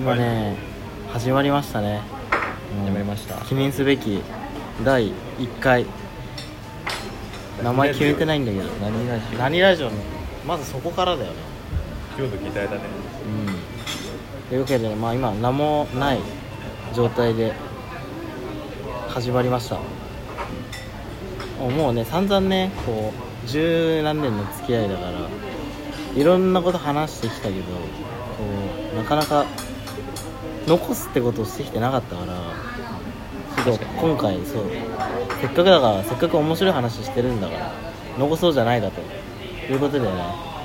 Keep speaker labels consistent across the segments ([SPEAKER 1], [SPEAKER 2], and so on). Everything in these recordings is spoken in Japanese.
[SPEAKER 1] 今ね、始まりましたね。
[SPEAKER 2] 始まりました。
[SPEAKER 1] 記念すべき第1回。名前決めてないんだけど、何ラジオのまずそこからだよね。
[SPEAKER 2] 今日の議題だね。
[SPEAKER 1] というわけで、今何もない状態で始まりました。もうね、散々ね、こう十何年の付き合いだからいろんなこと話してきたけど、こうなかなか残すってことをしてきてなかったから、ちょっと今回せっかくだから、せっかく面白い話してるんだから残そうじゃないかということでね、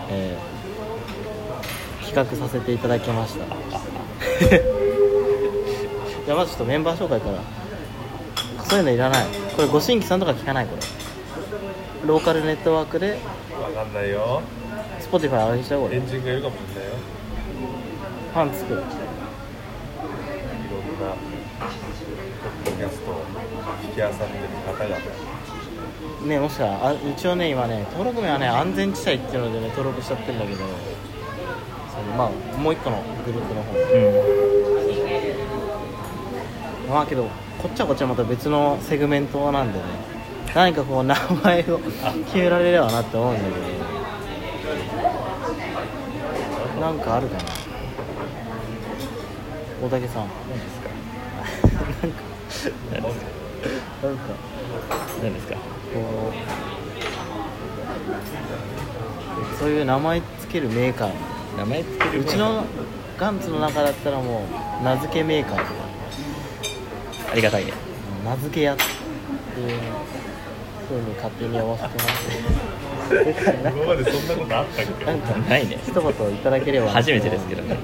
[SPEAKER 1] 企画させていただきましたじゃあまずちょっとメンバー紹介から。そういうのいらない。これご新規さんとか聞かない。これローカルネットワークで
[SPEAKER 2] わかんないよ。
[SPEAKER 1] Spotify 上げちゃおう。これ
[SPEAKER 2] エンジンがいるかもしれないよ。
[SPEAKER 1] ファン作る。
[SPEAKER 2] いろんなポッドキャストを聞きあさってる方々
[SPEAKER 1] ね、もしか一応ね、今ね、登録名はね、安全地帯っていうのでね、登録しちゃってるんだけど、もう一個のグループの方、けどこっちはまた別のセグメントなんでね、何かこう名前を決められればなって思うんだけど、なんかあるかな。大竹さん、
[SPEAKER 2] 何ですか？何ですか？
[SPEAKER 1] こうそういう名前つけるメーカー、
[SPEAKER 2] 名前つける。
[SPEAKER 1] うちのガンツの中だったらもう名付けメーカーとか、
[SPEAKER 2] ありがたいね。
[SPEAKER 1] 名付け屋っていう風に勝手に呼ばせてます
[SPEAKER 2] 今までそんなことあったっけ？
[SPEAKER 1] なんか
[SPEAKER 2] ないね。
[SPEAKER 1] 一言いただければ。
[SPEAKER 2] 初めてですけどね。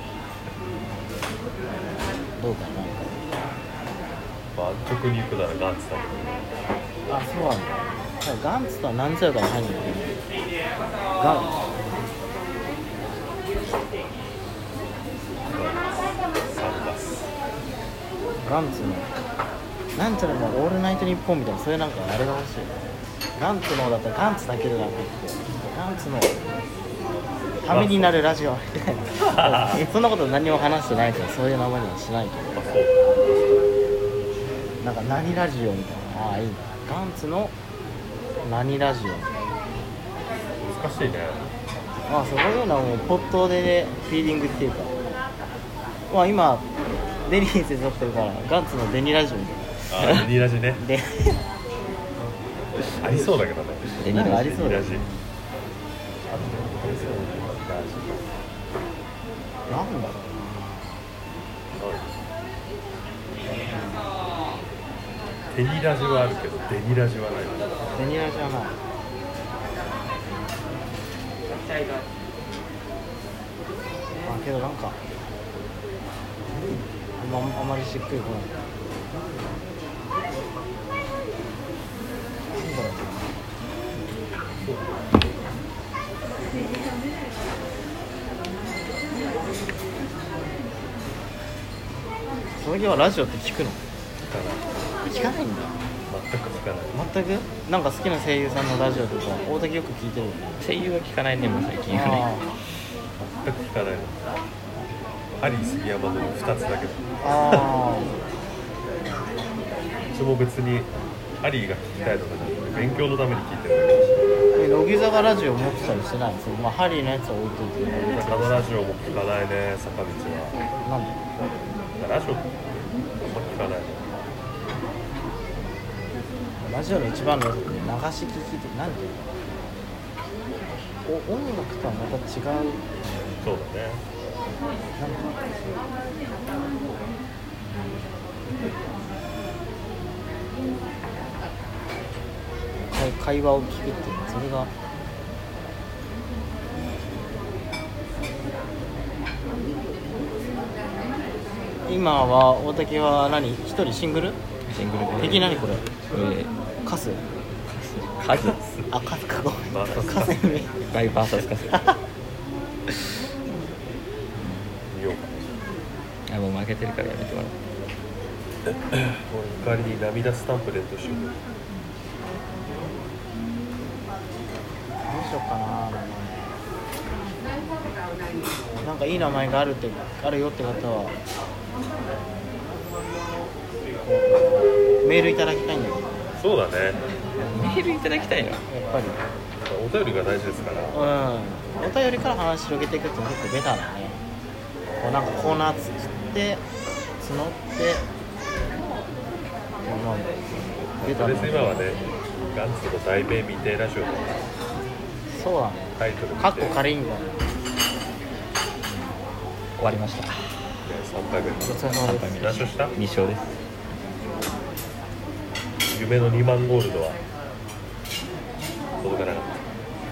[SPEAKER 1] どうか
[SPEAKER 2] 安直に行くならガンツだけど。
[SPEAKER 1] な。そうなんだ。ガンツとは何ぞやから入るんだよね。ガンツのなんちゃらのオールナイトニッポンみたいな、そういうなんかあれが欲しい。ガンツのだったらガンツだけでなくて、ガンツのためになるラジオみたいなそんなこと何も話してないから、そういう名前にはしないけど、なんか何ラジオみたいな。いいね。ガンツの何ラジオ。
[SPEAKER 2] 難しいね。
[SPEAKER 1] そういうのはもうポットで、ね、フィーリングっていうか、今デニーズで撮ってるからガンツのデニラジオみたいな。
[SPEAKER 2] デニラジね。
[SPEAKER 1] で
[SPEAKER 2] ありそうだけどね。
[SPEAKER 1] デニラジありそうだよ。
[SPEAKER 2] デニラジ。
[SPEAKER 1] なんだろ
[SPEAKER 2] デニラジはあるけどデニラジはない。
[SPEAKER 1] デニラジはない。けどなんかあまりしっくりこない。なんだろう。その時はラジオって聞くの？聞かないんだ。
[SPEAKER 2] 全く聞かない。
[SPEAKER 1] 全く？なんか好きな声優さんのラジオとか大竹よく聞いてる。
[SPEAKER 2] 声優は聞かないね、もう最近はね。全く聞かないの。ハリー杉山の2つだけど。うちも別にハリーが聞きたいとかじゃなくて勉強のために聞いてるだけだし。
[SPEAKER 1] 乃木坂ラジオ持ってたりしてないんですよ。ハリーのやつは置いといて。
[SPEAKER 2] 他のラジオも聞かないね、坂道は。
[SPEAKER 1] なんで？
[SPEAKER 2] ラジオあんま聞かない。
[SPEAKER 1] ラジオの一番の良さって流し聞きってなんていうの？音楽とはまた違う。
[SPEAKER 2] そうだね。
[SPEAKER 1] なんか会話を聞くっていうの、それが今は大竹は何？一人シングル的？何これ？カス？
[SPEAKER 2] カズ？
[SPEAKER 1] カスか、ごめん。
[SPEAKER 2] バー
[SPEAKER 1] カス
[SPEAKER 2] バイバーサスカス。見ようか。もう負けてるからやめてもらう。代わりに涙スタンプレントしよう。
[SPEAKER 1] どうしようかな。 なんかいい名前があるよって方はメールいただきたいんだけど、
[SPEAKER 2] そうだね、
[SPEAKER 3] メールいただきたいな。
[SPEAKER 1] やっぱり
[SPEAKER 2] お便りが大事ですから。
[SPEAKER 1] お便りから話広げていくって結構ベターだね。こうなんかコーナー作って募ってベタ
[SPEAKER 2] とりあえ
[SPEAKER 1] ー
[SPEAKER 2] ず今はね、ガンツの題名未定ラジオの
[SPEAKER 1] そうだね、
[SPEAKER 2] タイトル見て
[SPEAKER 1] カッコ軽いんだよ。
[SPEAKER 3] 終わりました。
[SPEAKER 2] 3回目
[SPEAKER 1] お疲れ様です。
[SPEAKER 2] 何勝した
[SPEAKER 3] 2勝です。
[SPEAKER 2] 夢の2万ゴールドは届かなかった。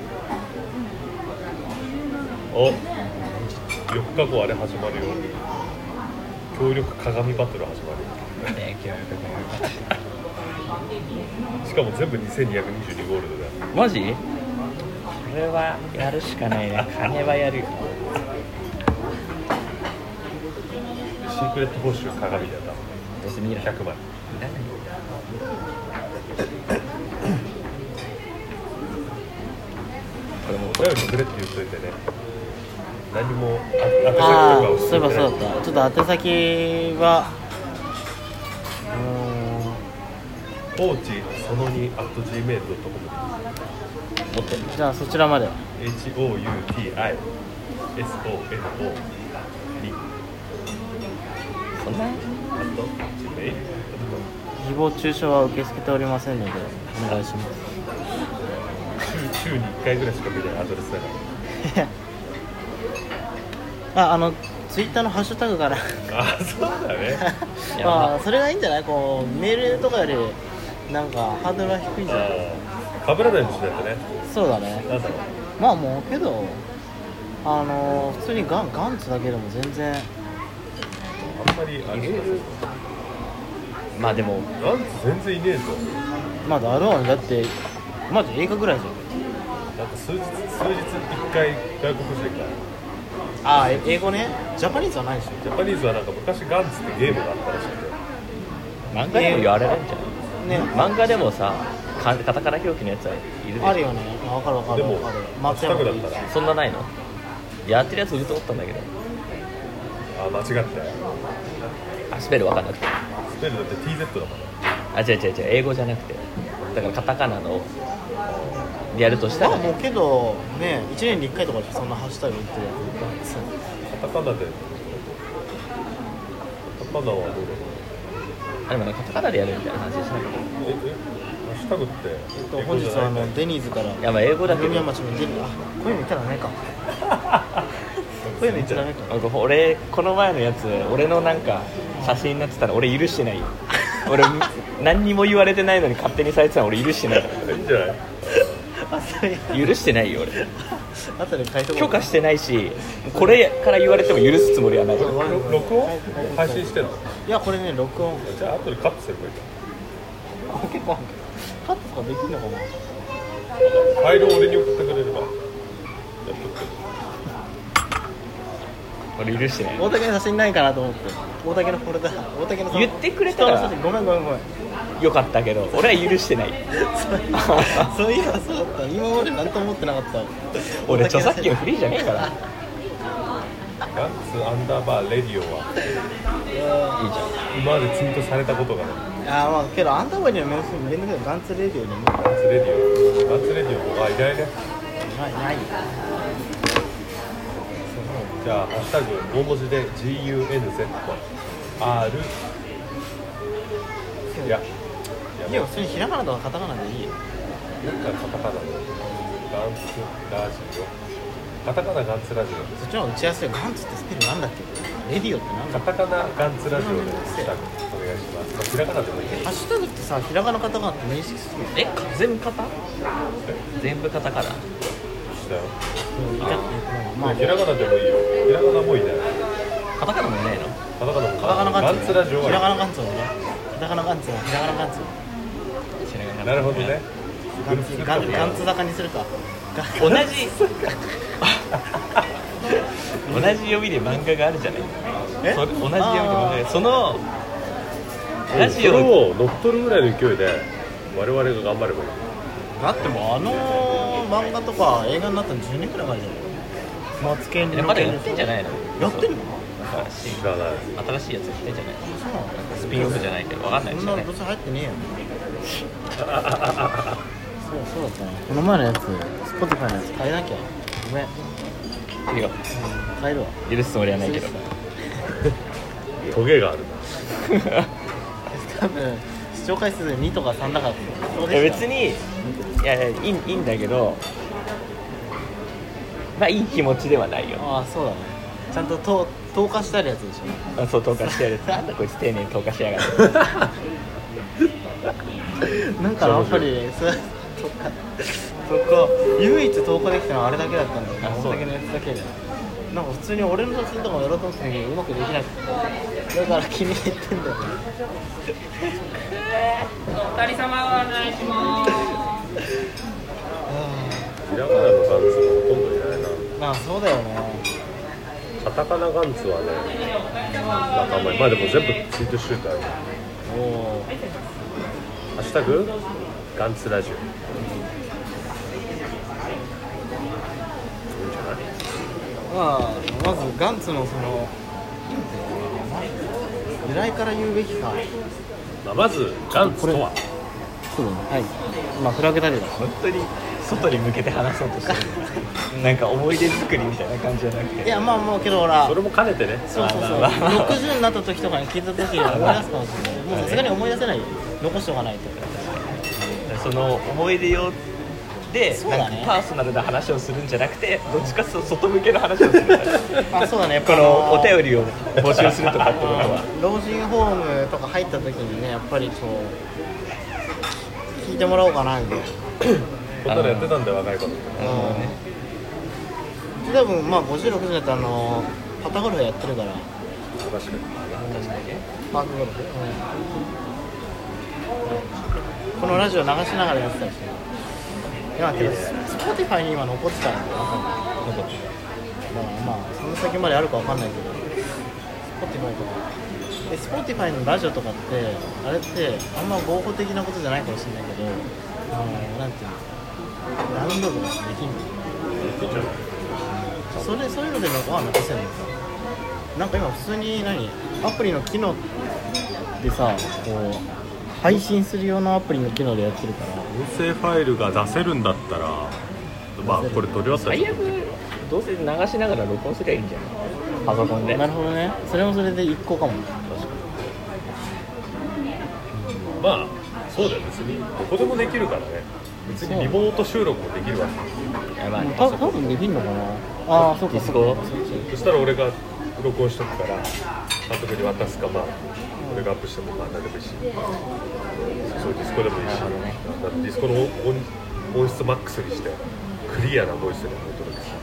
[SPEAKER 2] お、4日後あれ始まるよ。協力鏡バトル始まるよ。しかも全部2222ゴールドだよ。
[SPEAKER 3] マジ？これはやるしかないね。金はやるよ。
[SPEAKER 2] シークレット報酬鏡だよ多分。
[SPEAKER 3] 別にいらない。
[SPEAKER 2] 100万。
[SPEAKER 3] これも
[SPEAKER 2] お便りくれって言っといてね。何も宛先と
[SPEAKER 1] あ
[SPEAKER 2] かを
[SPEAKER 1] あ、そういえばそうだった。ちょっと宛先は
[SPEAKER 2] 放置その2 @gmail.com
[SPEAKER 3] 持ってる。
[SPEAKER 1] じゃあそちらまで。
[SPEAKER 2] HOUTISONO2
[SPEAKER 3] そんな
[SPEAKER 2] @gmail.com
[SPEAKER 1] 誹謗中傷は受け付けておりませんのでお願いします。
[SPEAKER 2] 週に1回ぐらいしか見ないアドレスだから
[SPEAKER 1] ツイッターのハッシュタグから
[SPEAKER 2] あ、そうだね。
[SPEAKER 1] まあそれがいいんじゃない。こうメールとかよりなんかハードルは低いんじゃない。
[SPEAKER 2] かぶらないようにしないとね。
[SPEAKER 1] そうだね。
[SPEAKER 2] なんだろう、
[SPEAKER 1] まあもうけど普通にガンツだけでも全然
[SPEAKER 2] あんまりあれ
[SPEAKER 3] いる。まあでも
[SPEAKER 2] ガンツ全然いねえぞ。
[SPEAKER 1] まだあるわね。だってマジ映画ぐらいじゃん。
[SPEAKER 2] なんか数日1回外国人が
[SPEAKER 1] ああ、英語ね。ジャパニーズはないでしょ。
[SPEAKER 2] ジャパニーズはなんか昔ガンツってゲームがあったらしくて、
[SPEAKER 3] 漫画でも言われるんじゃない？
[SPEAKER 1] ね、
[SPEAKER 3] 漫画でもさ、カタカナ表記のやつはいるでしょ。
[SPEAKER 1] あるよね。わかるわかる
[SPEAKER 2] でも
[SPEAKER 1] わかる。
[SPEAKER 2] ハッシュタグだったら
[SPEAKER 3] そんなないの？やってるやついると思ったんだけど。
[SPEAKER 2] あ、間違ったよ。
[SPEAKER 3] あ、スペル分かんなくて。
[SPEAKER 2] スペルだって TZ だもんね。
[SPEAKER 3] あ、違う英語じゃなくて、だからカタカナのやるとしたら、
[SPEAKER 1] まあもうけどね、1年に1回とかでそんなハッシュタグ言ってるやつ。
[SPEAKER 2] カタカナでカタカナはどれ？
[SPEAKER 3] あ、でもね、カタカナでやるみたいな話でしないかな。
[SPEAKER 2] ハッシュタグって
[SPEAKER 1] 本日はデニーズから
[SPEAKER 3] いや、まあ英語だけど
[SPEAKER 1] 宮町のデニーズ、あ、こういうの言ったらダメか。こういうの言っちゃダメか。
[SPEAKER 3] 俺、この前のやつ、俺のなんか写真になってたら俺許してないよ。俺何にも言われてないのに勝手にされてたの俺許してない。
[SPEAKER 2] いいんじゃない？
[SPEAKER 1] あ、それ
[SPEAKER 3] 許してないよ俺。
[SPEAKER 1] 後で書いとこう。
[SPEAKER 3] 許可してないし、これから言われても許すつもりはない。
[SPEAKER 2] 録音配信してんの？
[SPEAKER 1] いや、これね、録音
[SPEAKER 2] じゃあ後でカットすればいいか。
[SPEAKER 1] 結構カットとかできるのかな。
[SPEAKER 2] ファイルを俺に送ってくれればやっとくけど。
[SPEAKER 3] 俺許してない。
[SPEAKER 1] 大竹の写真ないかなと思って、大竹のフォルダ、大竹の
[SPEAKER 3] 言ってくれたら
[SPEAKER 1] 人の写真ごめん
[SPEAKER 3] よかったけど、俺は許してない。
[SPEAKER 1] そういえばそうだった。今まで何とも思ってなかった。
[SPEAKER 3] 俺著作権フリーじゃねえから。
[SPEAKER 2] ガンツアンダーバーレディオはい
[SPEAKER 3] いじ
[SPEAKER 2] 今までツイートされたことがない。
[SPEAKER 1] ああ、まあけどアンダーバーには面倒くさいけどガンツレディオにも
[SPEAKER 2] ガンツレディオ、ガンツレディオ、あ、いないね。
[SPEAKER 1] ない。
[SPEAKER 2] じゃあハッシュタグ大文字で GUNZR いや
[SPEAKER 1] いや、普通にひらがなとかカタカナでいいよ。
[SPEAKER 2] なんかカタカナのガンツラジオ、カタカナガンツラジオです。
[SPEAKER 1] そっちの打ち合わせガンツってスペルなんだっけ。レディオってなんだっ
[SPEAKER 2] カタカナガンツラジオでハッシュタグお願いします。まあ、ひらがなでもいいけ
[SPEAKER 1] け。
[SPEAKER 2] ど
[SPEAKER 1] ハッシュタグってさ、ひらがなカタカナって認識するの。
[SPEAKER 3] 全部カタカナ。
[SPEAKER 2] したよ。
[SPEAKER 1] いたってまあ
[SPEAKER 2] ひらがなでもいいよ。ひらがなもいない。
[SPEAKER 3] カタカナもいないの？
[SPEAKER 2] カタカナも
[SPEAKER 1] カタカナガンツ
[SPEAKER 2] ガンツラジオ
[SPEAKER 1] ひらが
[SPEAKER 2] は
[SPEAKER 1] なガンツはね。カタカナガンツはひらがなガンツ。
[SPEAKER 2] なるほどね。
[SPEAKER 1] ガンツ坂にするか。
[SPEAKER 3] 同じ読みで漫画があるじゃない。
[SPEAKER 1] え？
[SPEAKER 3] それ同じ読みで漫画がそのラジオ
[SPEAKER 2] それを乗っ取るぐらいの勢いで我々が頑張ればいい。
[SPEAKER 1] だってもう漫画とか映画になったの10年くらい前じゃない。 マツケンに
[SPEAKER 3] まだやってんじゃないの？
[SPEAKER 1] やってんの？
[SPEAKER 2] 知らない
[SPEAKER 3] 新しいやつやってんじゃないの？スピンオフじゃないけど分かんないですよね。
[SPEAKER 1] そんなのどうせ入ってねえよそうだったな。この前のやつ Spotify のやつ変えなきゃ。ごめん
[SPEAKER 3] いいよ、
[SPEAKER 1] 変えるわ。
[SPEAKER 3] 許すつもりはないけど。
[SPEAKER 2] トゲがある
[SPEAKER 1] 多分視聴回数2とか3だからそう
[SPEAKER 3] いや
[SPEAKER 1] でした。
[SPEAKER 3] 別にいいんだけど、まあいい気持ちではないよ。
[SPEAKER 1] ああそうだね。ちゃんと投下してあるやつでしょ。
[SPEAKER 3] あ、そう投下してやる。なんだこいつ丁寧に投下しやがって。
[SPEAKER 1] なんかやっぱりそこ唯一投下できたのはあれだけだったんだよね。
[SPEAKER 3] あそう
[SPEAKER 1] 大竹のやつだけで。なんか普通に俺の写真とかもやろうと思ってたけどうまくできなくて、だから気に入ってんだよね。
[SPEAKER 4] お二人様をお願いします。
[SPEAKER 2] ひらがなのガンツがほとんどいないな。
[SPEAKER 1] まあそうだよね。
[SPEAKER 2] カタカナガンツはね仲間にまあでも全部ツイートしといたら
[SPEAKER 1] おお。
[SPEAKER 2] ハッシュタグガンツラジオいいんじゃない？
[SPEAKER 1] まずガンツのその由来から言うべきか。
[SPEAKER 2] まあ、まずガンツとは
[SPEAKER 1] そうだね。はい。まあフラグ立てだし。
[SPEAKER 3] 本当に外に向けて話そうとしてる。なんか思い出作りみたいな感じじゃなくて。
[SPEAKER 1] いやまあもうけどほら。
[SPEAKER 2] それも兼ねてね。
[SPEAKER 1] そうそうそう。
[SPEAKER 3] まあまあまあ
[SPEAKER 1] 60になった時とかに聞いた時に思い出すかもしれない。もうさすがに思い出せないよ。残しておかないと。
[SPEAKER 3] その思い出用で、なん
[SPEAKER 1] そうだね
[SPEAKER 3] かパーソナルな話をするんじゃなくて、どっちかというと外向けの話をするから
[SPEAKER 1] あ、そうだね。やっ
[SPEAKER 3] こ
[SPEAKER 1] ぱ
[SPEAKER 3] のお便りを募集するとかっていうのは
[SPEAKER 1] 老人ホームとか入った時にね、やっぱりこう聞いてもらおうかなみたいな。
[SPEAKER 2] こんなのやってたんだよ若い頃。
[SPEAKER 1] 多分まあ50、60になったらパタゴルフやってるから
[SPEAKER 2] 確かに。
[SPEAKER 1] パークゴルフ、このラジオ流しながらやってたりして、いやけどSpotifyに今残ってたんだよ。だからまあその先まであるかわかんないけど Spotify とかで Spotify のラジオとかってあれってあんま合法的なことじゃないかもしれないけど、なんていうの、ダウンロードができんの。そういうのでご飯残せないのか。なんか今普通にアプリの機能でさ、こう配信する用のアプリの機能でやってるから。
[SPEAKER 2] 音声ファイルが出せるんだったら、まあこれ取り終わったら
[SPEAKER 3] 最悪どうせ流しながら録音すりゃいいんじゃん、パソコンで。
[SPEAKER 1] なるほどね。それもそれで一個かも。
[SPEAKER 2] まあそうだよ、別にどこでもできるからね。別にリモート収録もできるわけ。
[SPEAKER 3] やばい、
[SPEAKER 1] 多分できんのかな。ああ、そうか。
[SPEAKER 3] ディスコ
[SPEAKER 2] そしたら俺が録音しとくから監督に渡すか、まあ俺がアップしてもまあ何でもいいし、そうディスコでもいいし、
[SPEAKER 3] なるほどね。
[SPEAKER 2] ディスコの音質マックスにしてクリアなボイスでお届けする。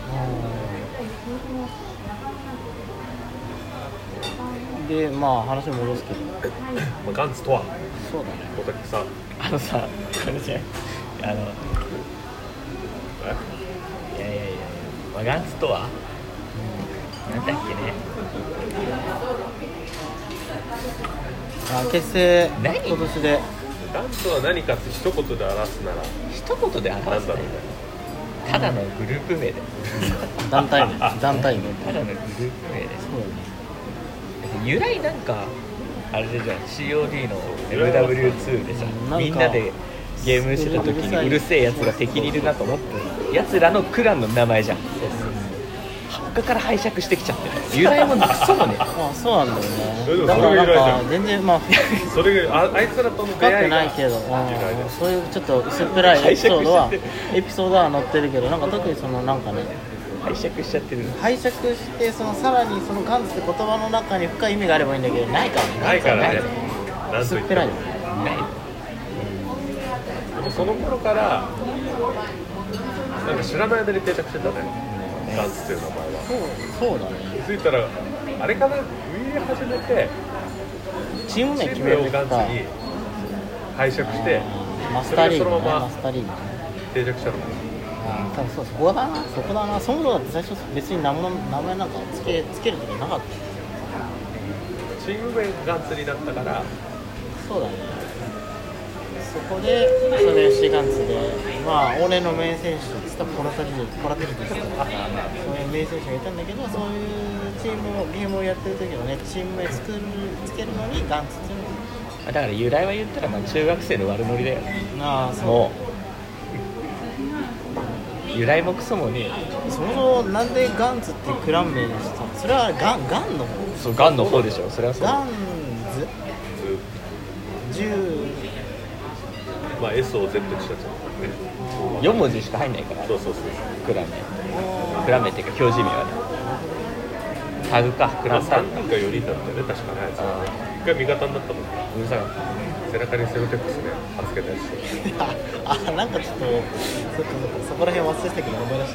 [SPEAKER 1] で、まあ話戻すけど、
[SPEAKER 2] まあ、ガンツとは
[SPEAKER 1] そうだね。
[SPEAKER 2] 小竹さん、
[SPEAKER 3] あのさ、これじゃいや、ワガンツとは、なんだっけね。
[SPEAKER 1] 結成
[SPEAKER 3] 何
[SPEAKER 1] 今年で
[SPEAKER 2] ガンツは何かって一言で表すなら
[SPEAKER 3] 一言で表すね。
[SPEAKER 2] なんだろうね。
[SPEAKER 3] ただのグループ名で。
[SPEAKER 1] 団体名。団体名。
[SPEAKER 3] ただのグループ名で。
[SPEAKER 1] そうだね。
[SPEAKER 3] 由来なんかあれじゃん、COD の MW2 でさ、
[SPEAKER 1] なんか
[SPEAKER 3] みんなでゲームしてた時にうるせえやつが敵にいるなと思ってやつらのクランの名前じゃん。他から拝借してきちゃってる。由来もクソもね。
[SPEAKER 1] あ、そうなんだよ
[SPEAKER 2] それで
[SPEAKER 1] ね。
[SPEAKER 2] も
[SPEAKER 1] だからなん
[SPEAKER 2] それが由来じゃん
[SPEAKER 1] か全然まあ
[SPEAKER 2] それがあいつらとの
[SPEAKER 1] 分かって
[SPEAKER 2] 出会いが
[SPEAKER 1] ないけど、
[SPEAKER 2] 由来だよ
[SPEAKER 1] そういうちょっと薄っぺらいエピソードは載ってるけど、なんか特にそのなんかね、
[SPEAKER 3] 拝借しちゃってる。
[SPEAKER 1] 拝借してそのさらにそのガンツって言葉の中に深い意味があればいいんだけど、ないからね。
[SPEAKER 2] ないからね。なん
[SPEAKER 1] 薄
[SPEAKER 2] と言っても
[SPEAKER 1] っぺらいよ。
[SPEAKER 2] でもその頃からなんか知らない間に定着してたね、ガンツっていう名前は。
[SPEAKER 1] そうだね。
[SPEAKER 2] 気づいたらあれかな、売り始めて
[SPEAKER 1] チーム名
[SPEAKER 2] チー
[SPEAKER 1] 決めるか
[SPEAKER 2] ムをガンツに拝借して
[SPEAKER 1] マスターリーグね。
[SPEAKER 2] それがそのまま
[SPEAKER 1] マスターリーグね。
[SPEAKER 2] 定着したの。
[SPEAKER 1] 多分そう、そこだな。そこだな。そもそもだって最初別に名前なんかつけるときなかった。
[SPEAKER 2] チーム名ガンツになったから
[SPEAKER 1] そうだね。 そこでその FC ガンツでまあ俺の名選手って言ったらコラテルですからそういう名選手がいたんだけど、そういうチームをゲームをやってる時のねチーム名つけるのにガンツっていうの
[SPEAKER 3] だから由来は言ったらまあ中学生の悪ノリだよね。
[SPEAKER 1] ああそう
[SPEAKER 3] もう由来もクソもね
[SPEAKER 1] そもそもなんでガンツってクラン名にしたの？それはガンの方
[SPEAKER 3] そうガンの方でしょ。それはそう
[SPEAKER 1] ガンズ10
[SPEAKER 2] まあ S を Z にしたやつだもんね。
[SPEAKER 3] 4文字しか入んないから
[SPEAKER 2] そうそうそう。
[SPEAKER 3] クラン名っていうか表示名はねタグかクランタグ
[SPEAKER 2] 3人か4人だったよね確かね。一回味方になったもんね。
[SPEAKER 3] うるさかった
[SPEAKER 2] 背中にセロテックスで貼っつけたりして
[SPEAKER 1] なんかちょっとそこら辺忘れてたけど思い出した。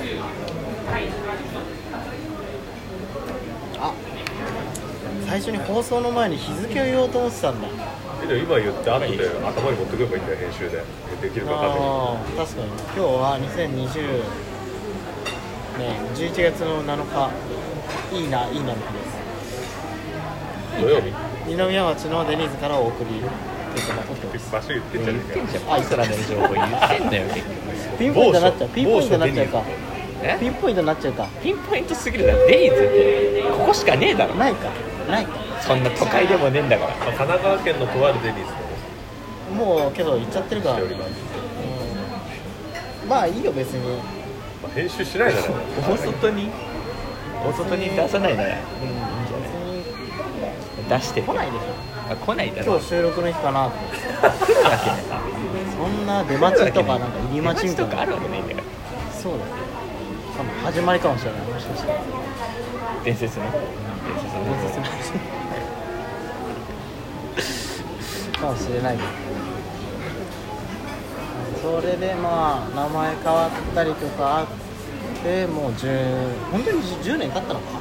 [SPEAKER 1] あ、最初に放送の前に日付を言おうと思ってたんだ。
[SPEAKER 2] でも今言って後で頭に持ってくればいいんだよ編集でできるか分かんないけど。
[SPEAKER 1] 確かに今日は2020年11月の7日いいなの日です。
[SPEAKER 2] 土曜日
[SPEAKER 1] 二宮町のデニーズからお送りって言ってます。
[SPEAKER 2] 場所言ってんじゃねえかよ。
[SPEAKER 3] じゃんアイスランドの情報言ってんだよ結局
[SPEAKER 1] ピンポイントになっちゃう。ピンポイントになっちゃうか。
[SPEAKER 3] え
[SPEAKER 1] ピンポイントになっちゃうか。
[SPEAKER 3] ピンポイントすぎるだろ。デニーズってここしかねえだろ。
[SPEAKER 1] ないか。
[SPEAKER 3] そんな都会でもねえんだから。
[SPEAKER 2] まあ、神奈川県のとあるデニーズで
[SPEAKER 1] もうけど行っちゃってるから。
[SPEAKER 2] しております。
[SPEAKER 1] まあいいよ別に。
[SPEAKER 2] まあ、編集しないなら
[SPEAKER 3] 大外に出さないならいいんじゃない。出してる
[SPEAKER 1] 来ないでしょ。
[SPEAKER 3] あ来ないだろ。
[SPEAKER 1] 今日収録の日かなって。
[SPEAKER 3] 来るわけない。
[SPEAKER 1] そんな出待ちとかなんか入り待ちみたいな。
[SPEAKER 3] とかあるわけないんだから。
[SPEAKER 1] そうだよ。始まりかもしれない。もしかしたら。
[SPEAKER 3] 伝説の
[SPEAKER 1] かもしれないけど。それでまあ名前変わったりとかあってもう本当に10年経ったのか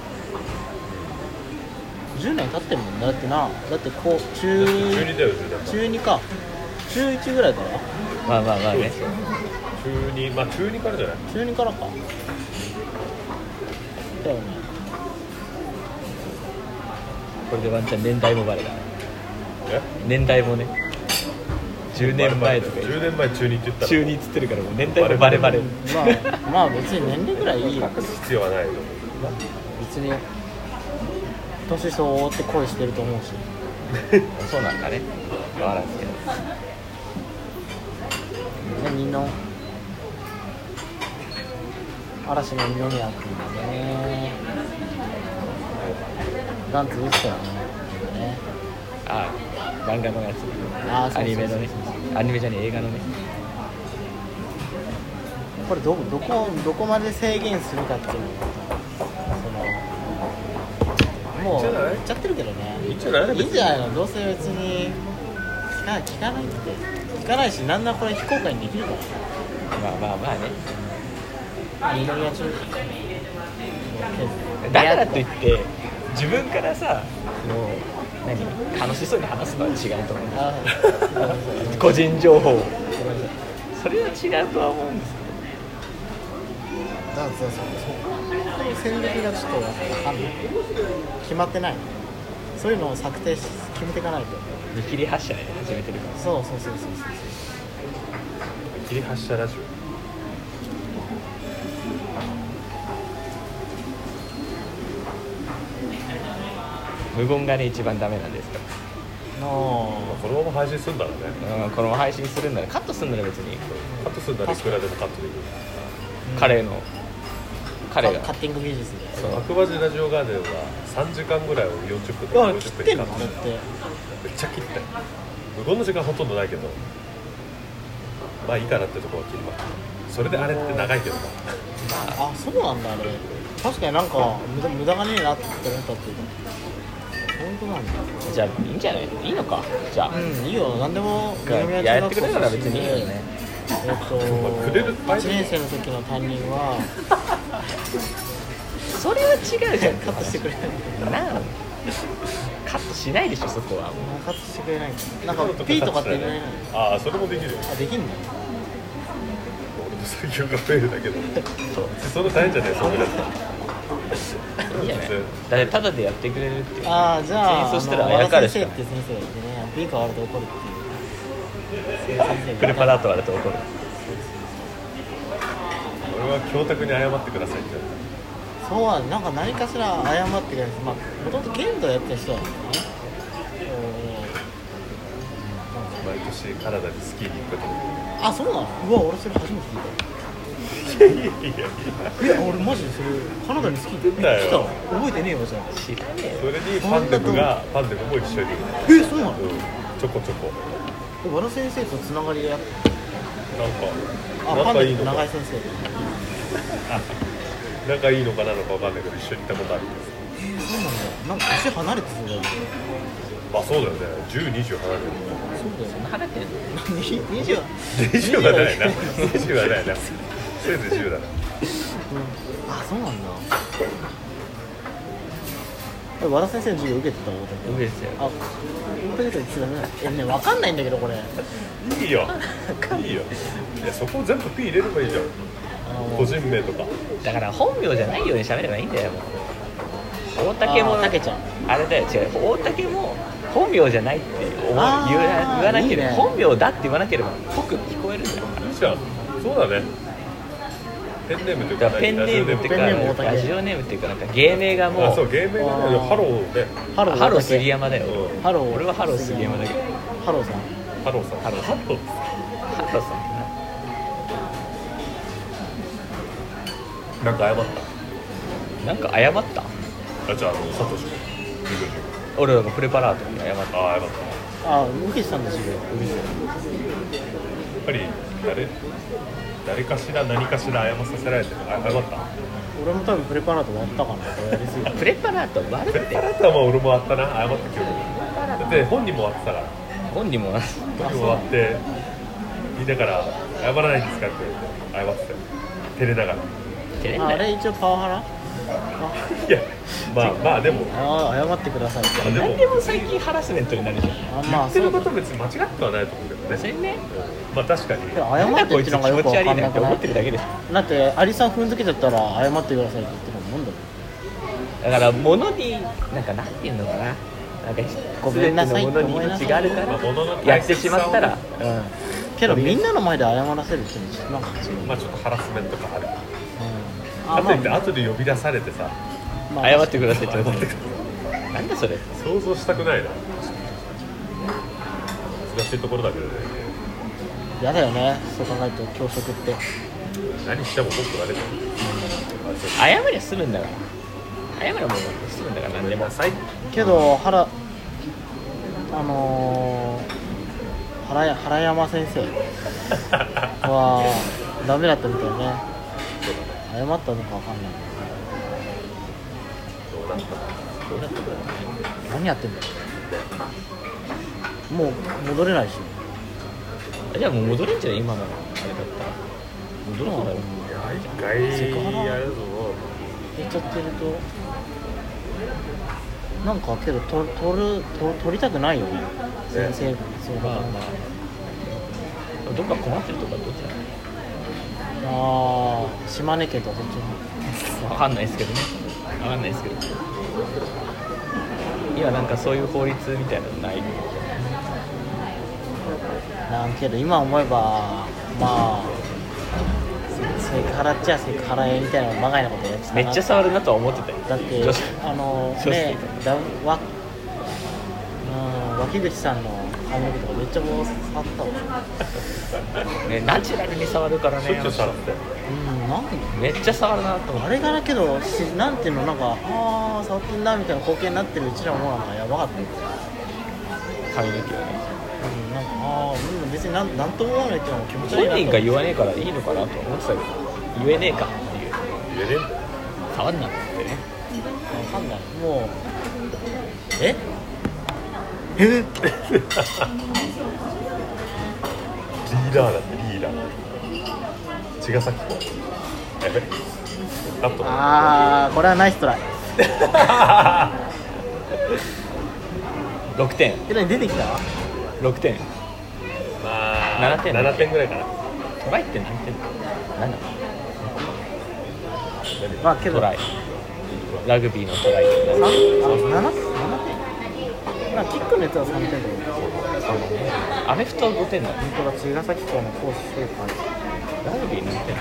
[SPEAKER 1] 10年経ってるもんだってな。だってこう中
[SPEAKER 2] 12だよ
[SPEAKER 1] 中2か中1ぐらいから
[SPEAKER 3] まあね
[SPEAKER 2] 中2まあ中2からじゃない。
[SPEAKER 1] 中2からかだよね。
[SPEAKER 3] これでワンチャン年代もバレだ。
[SPEAKER 2] え
[SPEAKER 3] 年代もね10年前とか
[SPEAKER 2] 10年前中2って言ったら
[SPEAKER 3] 中2っつってるからもう年代もバレバレ。
[SPEAKER 1] まあ別に年齢ぐらいいいよ。
[SPEAKER 2] 隠す必要はないと思う。
[SPEAKER 1] 別に年相応って恋してると思うし
[SPEAKER 3] そうなんかね分からんすけど
[SPEAKER 1] 二の嵐の二宮君だね。ガンツ打ってたよね。
[SPEAKER 3] ああ漫画のやつ
[SPEAKER 1] あそうそうそう
[SPEAKER 3] アニメのねアニメじゃねえ映画のね。
[SPEAKER 1] これどこまで制限するかっていうのがもう言っちゃってるけどね。
[SPEAKER 2] いいんじゃない？
[SPEAKER 1] いいんじゃないの。どうせ別に聞かないって聞かないし、なんならこれ非公開にできるから。
[SPEAKER 3] まあね。
[SPEAKER 1] 二宮中
[SPEAKER 3] だからといって自分からさもう楽しそうに話すのは違うと思う。個人情報それは違うとは思うんですけど。
[SPEAKER 1] だからそういう戦略がちょっと分かんない。決まってない。そういうのを策定し決めていかないと。
[SPEAKER 3] 見切り発車で始めてるから。
[SPEAKER 1] そう
[SPEAKER 2] 見切り発車ラジオ。
[SPEAKER 3] 無言がね一番ダメなんですか。
[SPEAKER 1] こ
[SPEAKER 2] のまま配信するんだろうね。
[SPEAKER 3] このまま配信するんならカットするんなら別に
[SPEAKER 2] カットするんならいくらでもカットできる。
[SPEAKER 3] 彼が
[SPEAKER 1] カッティング技術で。
[SPEAKER 2] 白馬寺ラジオガーデンは3時間ぐらいを40分
[SPEAKER 1] いや
[SPEAKER 2] で
[SPEAKER 1] 切ってんのあれって。
[SPEAKER 2] めっちゃ切って無言の時間ほとんどないけどまあいいかなってところは切ります。それであれって長いけどな。
[SPEAKER 1] あ、そうなんだあれ。確かになんか無駄がねえなって思ったっていうか。本当なんだ。
[SPEAKER 3] じゃあいいんじゃない？いいのかじゃあ。
[SPEAKER 1] いいよ。何でも
[SPEAKER 3] やってくれるなら別にいいよね。
[SPEAKER 2] 1
[SPEAKER 1] 年生の時の担任は
[SPEAKER 3] それは違うじゃん。
[SPEAKER 1] カットしてくれない
[SPEAKER 3] なあカットしないでしょそこは。
[SPEAKER 1] カットしてくれないなんか P とかって言えない。
[SPEAKER 2] ああそれもできるよ。
[SPEAKER 1] あ、できんの？
[SPEAKER 2] 俺の作業が増えるだけどその大変じゃないそれだって
[SPEAKER 3] いいじゃない。だってタダでやってくれるっていう。
[SPEAKER 1] ああ、じゃあ
[SPEAKER 3] そしたらあやかるしか
[SPEAKER 1] 和田先生って先生がいてね、 B 変わると怒るっていう。
[SPEAKER 3] プレパラートあると怒る。
[SPEAKER 2] 俺は教託に謝ってくださいって言われ
[SPEAKER 1] そうはなんか何かしら謝ってくれる。まあもともと剣道やってる人だからね。
[SPEAKER 2] た。毎年カナダにスキーに行くこと。
[SPEAKER 1] あ、そうなの。うわ、俺それ初めて聞いた。いや俺マジでそれカナダにスキー行って
[SPEAKER 2] だよ
[SPEAKER 1] 来た。覚えてねえわじゃあ。
[SPEAKER 3] 知らねえよ。
[SPEAKER 2] それにパンデムも一緒に、
[SPEAKER 1] そうなの。
[SPEAKER 2] ちょこちょこ
[SPEAKER 1] 和田先生とつながりがあって。
[SPEAKER 2] なんか
[SPEAKER 1] パンダ
[SPEAKER 2] 仲いいのか
[SPEAKER 1] 長井先生。
[SPEAKER 2] 仲いいのかなのかわかんないけど一緒に行ったことあるんです。
[SPEAKER 1] そうなんだ。なんか年離れてそうだよね。
[SPEAKER 2] まあそうだよね。10、20離れてる。
[SPEAKER 1] そうだよね。
[SPEAKER 3] 離れてるの。
[SPEAKER 2] 20はないな。20はないな。せいぜい10だな。
[SPEAKER 1] あ、そうなんだ。和田先生の授業受けてたの？
[SPEAKER 3] 受けてたよ。
[SPEAKER 1] あ、受けてたって言ってたね。わかんないんだけどこれ。
[SPEAKER 2] いいよ。いいよ。いやそこ全部 P 入れればいいじゃん。個人名とか。
[SPEAKER 3] だから本名じゃないように喋ればいいんだよ。大竹も
[SPEAKER 1] たけちゃん。
[SPEAKER 3] あれだよ、違う。大竹も本名じゃないって言わなければ、
[SPEAKER 1] いいね、
[SPEAKER 3] 本名だって言わなければぽく聞こえるんだよ。
[SPEAKER 2] いいじゃん。そうだね。ペンネームというか、
[SPEAKER 3] ペンネームっていうかラジオネームっていうかなんか芸名がもう。
[SPEAKER 2] あ、そう芸名がね、ハローね。
[SPEAKER 3] ハロー杉山だよ。
[SPEAKER 2] うん
[SPEAKER 1] ハロー。
[SPEAKER 3] 俺はハロー杉山だけど。
[SPEAKER 1] ハローさん。
[SPEAKER 2] ハローさん。
[SPEAKER 3] ハローさん。ハローさん。
[SPEAKER 2] なんか謝っ
[SPEAKER 3] なんか謝った。
[SPEAKER 2] た。あ、じゃあサトシ君。
[SPEAKER 3] 俺らがプレパラートに謝った。
[SPEAKER 2] あ、謝った。
[SPEAKER 1] あ、受けてたんだ授業。
[SPEAKER 2] やっぱり誰かしら何かしら謝させられてる。謝った。
[SPEAKER 1] 俺も多分プレパラート終わったかな。これやりすぎた。
[SPEAKER 3] プレパラート悪
[SPEAKER 2] プレ
[SPEAKER 3] って
[SPEAKER 2] パラートは俺もあったな。謝った記憶。だって本人もあってたから。
[SPEAKER 3] 本人も
[SPEAKER 2] 本人もあってみんなから謝らないんですかって謝ってたよ。照れながら。
[SPEAKER 3] 照れんなよ。
[SPEAKER 1] あれ一応パワハラ？
[SPEAKER 2] いや、まあでも。
[SPEAKER 1] 謝ってくださいって。
[SPEAKER 2] でも
[SPEAKER 3] 何でも最近ハラスメントになるじゃん。
[SPEAKER 1] あ、まあ
[SPEAKER 2] 言ってること別に間違ってはないと思うけどね。
[SPEAKER 3] それね。
[SPEAKER 2] まあ確かに。
[SPEAKER 1] 謝ってってのがよくわかんなくない？
[SPEAKER 3] 思ってるだけでしょ。
[SPEAKER 1] だってアリさん踏んづけちゃったら謝ってくださいって言ってるもんだもん。
[SPEAKER 3] だから物になんかなんていうのかな。なんか
[SPEAKER 1] ごめんなさい
[SPEAKER 3] 全てのものに命があるか
[SPEAKER 2] まあ物の
[SPEAKER 3] らやってしまったら。
[SPEAKER 1] けどみんなの前で謝らせるってなんか違う。
[SPEAKER 2] まあちょっとハラスメントがある。
[SPEAKER 1] あ、
[SPEAKER 2] 後で呼び出されてさ、
[SPEAKER 1] まあ
[SPEAKER 3] 謝ってくださいって
[SPEAKER 2] 謝ってくる。
[SPEAKER 3] なんだそれ。
[SPEAKER 2] 想像したくないな。難しいところだけどね。
[SPEAKER 1] やだよね。そう考えると教職って。
[SPEAKER 2] 何しても文句が出てる。
[SPEAKER 3] 謝りゃ済むんだから。謝りゃもう済むんだから何でも。
[SPEAKER 1] けど原山先生はダメだったみたいね。謝ったのかわかんない。
[SPEAKER 2] どうなった
[SPEAKER 1] 何やってんだよ。もう戻れないし。
[SPEAKER 3] じゃあもう戻れんじゃない今のあれだったら。戻るんだろう。
[SPEAKER 2] いや、一回やるぞ。
[SPEAKER 1] やっちゃってるとなんかけど取りたくないよね。先生そうだから。
[SPEAKER 3] どっか困ってるとかどっちだろ
[SPEAKER 1] ああ、島根県とかそっちの。
[SPEAKER 3] う。わかんないですけどね。わかんないですけど。今なんかそういう法律みたいなのない。
[SPEAKER 1] なんけど今思えばまあセクハラっちゃセクハラみたいなまがいなことやってたな。
[SPEAKER 3] めっちゃ触るなとは思ってたよ。
[SPEAKER 1] だって
[SPEAKER 3] 女子
[SPEAKER 1] ね脇口さんの髪の毛とかめっちゃもう触ったわ。
[SPEAKER 3] ね、ナチュラルに触るからね。
[SPEAKER 2] しょっちゅう触って。
[SPEAKER 1] なん
[SPEAKER 3] めっちゃ触るなと思って。
[SPEAKER 1] あれがだけどなんていうのなんか触ってんなみたいな光景になってるうちらもなんかやばかったよ。
[SPEAKER 3] 髪の毛をね。
[SPEAKER 1] なんか別になんとも思わないっていうのも気持ち悪いなと。
[SPEAKER 3] 本人が言わねえからいいのかなと思ってたけど言えねえかっていう。
[SPEAKER 2] 言えねえんだよ。
[SPEAKER 3] 触んなってね。
[SPEAKER 1] わかんない。もうリー
[SPEAKER 2] ダーだってリーダー。茅ヶ崎湖。やべ。あと。
[SPEAKER 1] これはナイストライ。
[SPEAKER 3] 6点。
[SPEAKER 1] 何出てきた
[SPEAKER 3] 6点。
[SPEAKER 2] まあ
[SPEAKER 3] 7点。
[SPEAKER 2] 7点ぐらいかな。
[SPEAKER 3] トライって何点？何なの？
[SPEAKER 1] まあけど
[SPEAKER 3] トライ。ラグビーのトライ。
[SPEAKER 1] 7点。まあキックのやつは3点だけど。
[SPEAKER 3] アメフト5点だ。
[SPEAKER 1] 本当だ、茅ヶ崎校の講師生官。
[SPEAKER 3] ラグビー何点？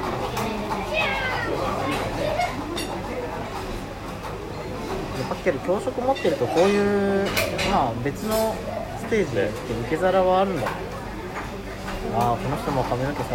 [SPEAKER 1] やっぱけど教職持ってるとこういうまあ別のステージで受け皿はあるんだ。ああ、この人も髪の毛さ。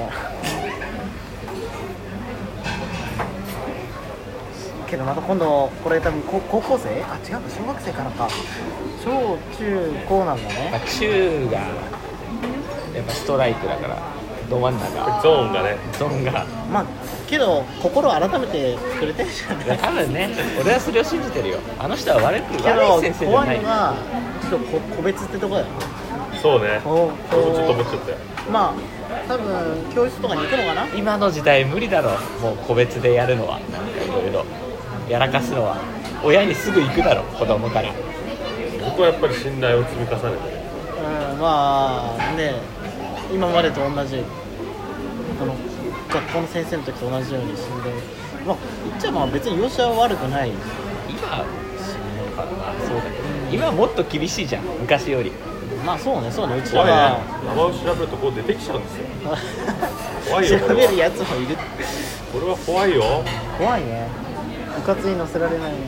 [SPEAKER 1] けどまた今度これ多分高校生？あ、違うか、小学生からか。小中高なんだ
[SPEAKER 3] まあ、
[SPEAKER 1] ね。
[SPEAKER 3] 中がやっぱストライクだからど真ん中
[SPEAKER 2] ゾーンがね。
[SPEAKER 3] ゾーンが
[SPEAKER 1] まあけど心を改めてくれてるじゃない。
[SPEAKER 3] 多分ね、俺はそれを信じてるよ。あの人は悪い
[SPEAKER 1] けど
[SPEAKER 3] 先生じゃない。
[SPEAKER 1] 怖いのがちょっと個別ってとこだよ。
[SPEAKER 2] そうね。
[SPEAKER 1] こう
[SPEAKER 2] 俺もちょっと思っちゃったよ。
[SPEAKER 1] まあ多分教室とかに行くのかな。
[SPEAKER 3] 今の時代無理だろ、もう個別でやるのは。なんかいろいろやらかすのは親にすぐ行くだろ、子供から。
[SPEAKER 2] 僕はやっぱり信頼を積み重ねてね。
[SPEAKER 1] まあね、今までと同じこの学校の先生の時と同じように信頼、まあ言っちゃまあ別に容姿は悪くないしね。
[SPEAKER 3] そうだけど、今はもっと厳しいじゃん、昔より。
[SPEAKER 1] まあそうね、そうね、うちら
[SPEAKER 2] 怖いね
[SPEAKER 1] は。
[SPEAKER 2] 名前を調べるとこう出てきちゃうんですよ。怖いよこれは。
[SPEAKER 1] 調べるやつもいる。
[SPEAKER 2] これは怖いよ。
[SPEAKER 1] 怖いね。部活に乗せられないね。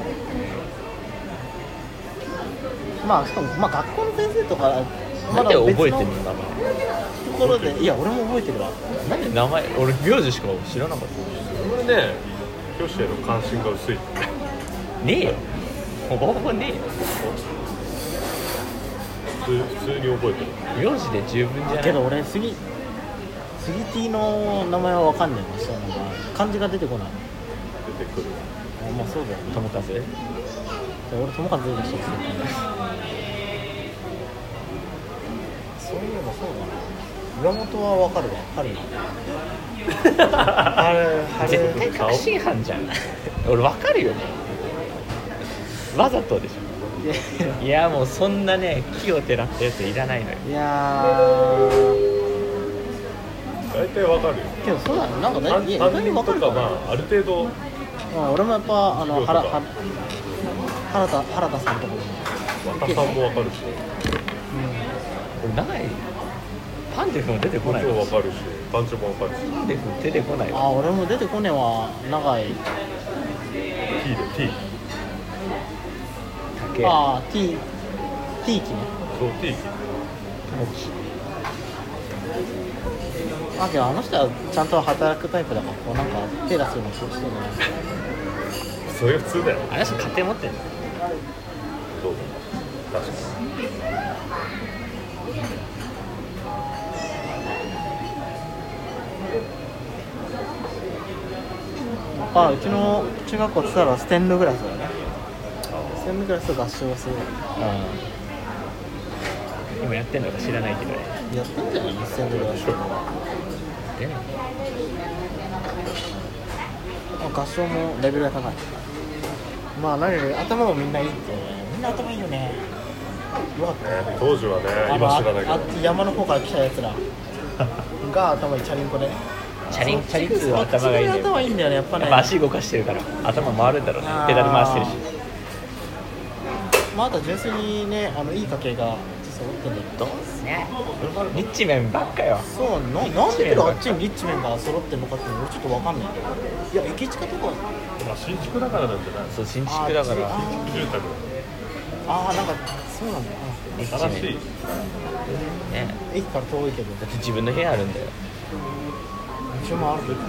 [SPEAKER 1] まあしかもまあ学校の先生とかま
[SPEAKER 3] なんで
[SPEAKER 1] だ別の
[SPEAKER 3] 覚えてるの、名前。
[SPEAKER 1] ところで、いや俺も覚えてるわ。
[SPEAKER 3] なんで名前、俺名字しか知らなかった。
[SPEAKER 2] これね、教師への関心が薄い。
[SPEAKER 3] ねえよ、ほぼほぼね
[SPEAKER 2] 普通に覚えてる。
[SPEAKER 3] えよ。名字で十分じゃない。
[SPEAKER 1] けど俺杉 T の名前はわかんないの。下の名前漢字が出てこない。
[SPEAKER 2] 出てくる。
[SPEAKER 1] あ、まあそうだよね。
[SPEAKER 3] 友和。
[SPEAKER 1] 俺友和出てきたし、そういえばそうだな。岩本はわかるわ。春
[SPEAKER 3] 絶対確信犯じゃん。俺分かるよね。わざとでしょ。いやもうそんなね、木をてらったやついらないのよ。
[SPEAKER 1] いや
[SPEAKER 2] 大体わかるよ。
[SPEAKER 1] ーけどそうだね。なんか
[SPEAKER 2] 担
[SPEAKER 1] 意外に
[SPEAKER 2] 任とか
[SPEAKER 1] わかるかな。
[SPEAKER 2] まあある程度
[SPEAKER 1] 俺もやっぱ
[SPEAKER 2] 授業とか
[SPEAKER 1] 原田さんとかも。
[SPEAKER 2] 若さんもわかるし、
[SPEAKER 3] 俺長いパンデフも出てこない
[SPEAKER 2] 今日わかるし、パンチもわかるし、
[SPEAKER 3] パンデフ出てこないわ。
[SPEAKER 1] あ、俺も出てこねえわ。長い。
[SPEAKER 2] T で T。
[SPEAKER 3] 竹
[SPEAKER 1] ああ、T 機ね。
[SPEAKER 2] そう T。
[SPEAKER 1] あ、けどあの人はちゃんと働くタイプだから、こうなんか手出すような気がしてるね。
[SPEAKER 2] それが普通だよ。
[SPEAKER 3] あの人家庭持ってんの。
[SPEAKER 2] そうだ。確か
[SPEAKER 1] うちの中学校って言ったらステンドグラスだよね。ステンドグラスと合唱をする。
[SPEAKER 3] 今やってんのか知らないけどね。
[SPEAKER 1] やってんじゃないステンドグラス。
[SPEAKER 3] でも
[SPEAKER 1] 合唱もレベルが高い。まあ何より頭もみんないいってね。みんな頭いいよね。よかった
[SPEAKER 2] に。当時はね、今知らないけど。
[SPEAKER 1] 山の方から来たやつらが頭いいチャリンコで。
[SPEAKER 3] チャリ通は頭がいいんだよ。
[SPEAKER 1] 頭いいんだよね、やっぱね。
[SPEAKER 3] やっぱ足動かしてるから頭回るんだろうね。ペダル回してるし。
[SPEAKER 1] まあ、あとは純粋にね、いい家系が揃ってんだけど。
[SPEAKER 3] ね、リッチメンばっかよ。
[SPEAKER 1] そうなんであっちにリッチメンが揃ってんのかっていうの俺ちょっとわかんないけど。いや、駅近とか。
[SPEAKER 2] まあ新築だからなんじゃない。
[SPEAKER 3] そう、新築だから。
[SPEAKER 2] 新築住宅。
[SPEAKER 1] ああ、なんかそうなんだよ。
[SPEAKER 3] リッチメン
[SPEAKER 2] 新しい。
[SPEAKER 3] ね、
[SPEAKER 1] 駅から遠いけど。
[SPEAKER 3] だって自分の部屋あるんだよ。
[SPEAKER 1] うちもあるけど。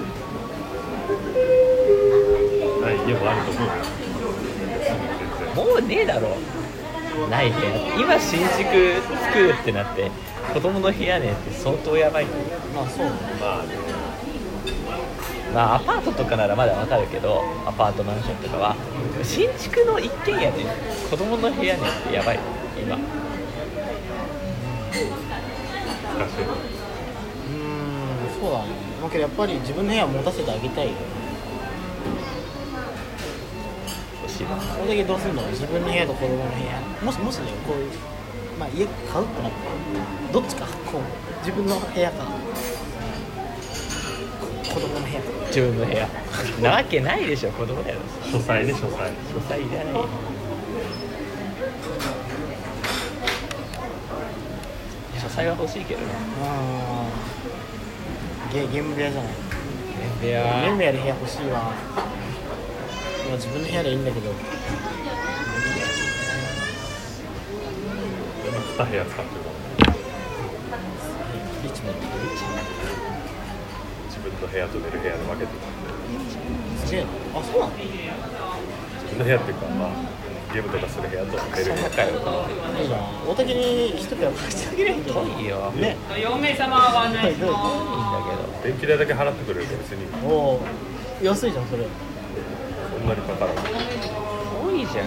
[SPEAKER 2] ない家もあると思う。
[SPEAKER 3] もうねえだろ、ない部屋。今新築作るってなって子供の部屋ねって相当やばい。
[SPEAKER 1] まあそうね。
[SPEAKER 2] まあね。
[SPEAKER 3] まあアパートとかならまだわかるけど、アパートマンションとかは新築の一軒家で子供の部屋ねってやばい今。
[SPEAKER 2] 難しい。
[SPEAKER 1] そうだね。だけどやっぱり自分の部屋を持たせてあげたいよ。
[SPEAKER 3] 欲しいな。
[SPEAKER 1] それだけどうするの？自分の部屋と子供の部屋。もしね、こういうまあ家買うってなったらどっちか、こう自分の部屋か子供の部屋か。
[SPEAKER 3] 自分の部屋なわけないでしょ、子供だよ。
[SPEAKER 2] 書斎ね、書斎。
[SPEAKER 3] 書斎いらないよ。 才は欲しいけどね。
[SPEAKER 1] ゲーム部屋じゃない。
[SPEAKER 3] 部屋
[SPEAKER 1] ゲームやる部屋欲しいわ。自分の部屋でいいんだけど。
[SPEAKER 2] 2部屋使ってるから
[SPEAKER 1] リッチも
[SPEAKER 2] 自分の部屋と寝る部屋で分けてる。
[SPEAKER 1] すげえな。あ、そうなの？
[SPEAKER 2] 自分の部屋っていうか、まあ、ゲームとかする部屋と寝る部屋。
[SPEAKER 3] 仲良く
[SPEAKER 1] いいじゃん。大竹に一部屋貸してあげないんじゃない？
[SPEAKER 3] いいよ。
[SPEAKER 2] ね、
[SPEAKER 4] 4名様ご案内し
[SPEAKER 1] どう
[SPEAKER 4] ます。
[SPEAKER 3] いいんだけど。
[SPEAKER 2] 電気代だけ払ってくれると別に
[SPEAKER 1] おー、安いじゃんそれ。
[SPEAKER 2] そんなにかからない。
[SPEAKER 3] 多いじゃん。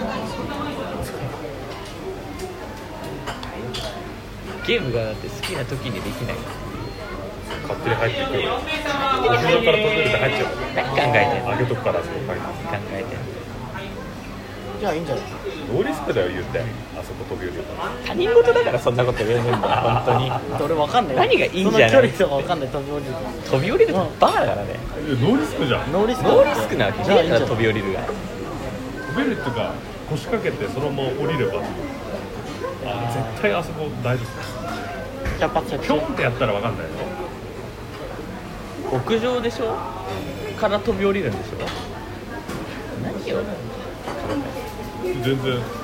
[SPEAKER 3] ゲームがだって好きな時にできない。
[SPEAKER 2] 勝手に入っていくよ。
[SPEAKER 4] 4名様
[SPEAKER 2] 屋
[SPEAKER 4] ご案内
[SPEAKER 2] 上から飛べるで入っちゃうか
[SPEAKER 3] 何考えてんの？
[SPEAKER 2] ら。上げとくからそう書いて。
[SPEAKER 3] 考えてんの。
[SPEAKER 1] じゃあいいんじゃない？
[SPEAKER 2] ノーリスクだよ言って。あそこ飛び降りるから。
[SPEAKER 3] 他人事だからそんなこと言えるんだよ本当に。
[SPEAKER 1] 俺わかんない。
[SPEAKER 3] 何がいいんじゃない？
[SPEAKER 1] その距離とかわかんない飛び降りる。
[SPEAKER 3] 飛び降りるとバカだからね。
[SPEAKER 2] ノーリスクじゃん。
[SPEAKER 1] ノーリスク。
[SPEAKER 3] ノーリスクなわけじゃん。
[SPEAKER 1] じゃあいいんじゃない？
[SPEAKER 3] 飛び降りるが。
[SPEAKER 2] 飛べるっていうか腰掛けてそのまま降りれば。あ、絶対あそこ大丈夫。
[SPEAKER 1] 100発100
[SPEAKER 2] ピョンってやったらわかんないよ。
[SPEAKER 3] 屋上でしょ？から飛び降りるんでしょ？何よ。
[SPEAKER 2] 全然リ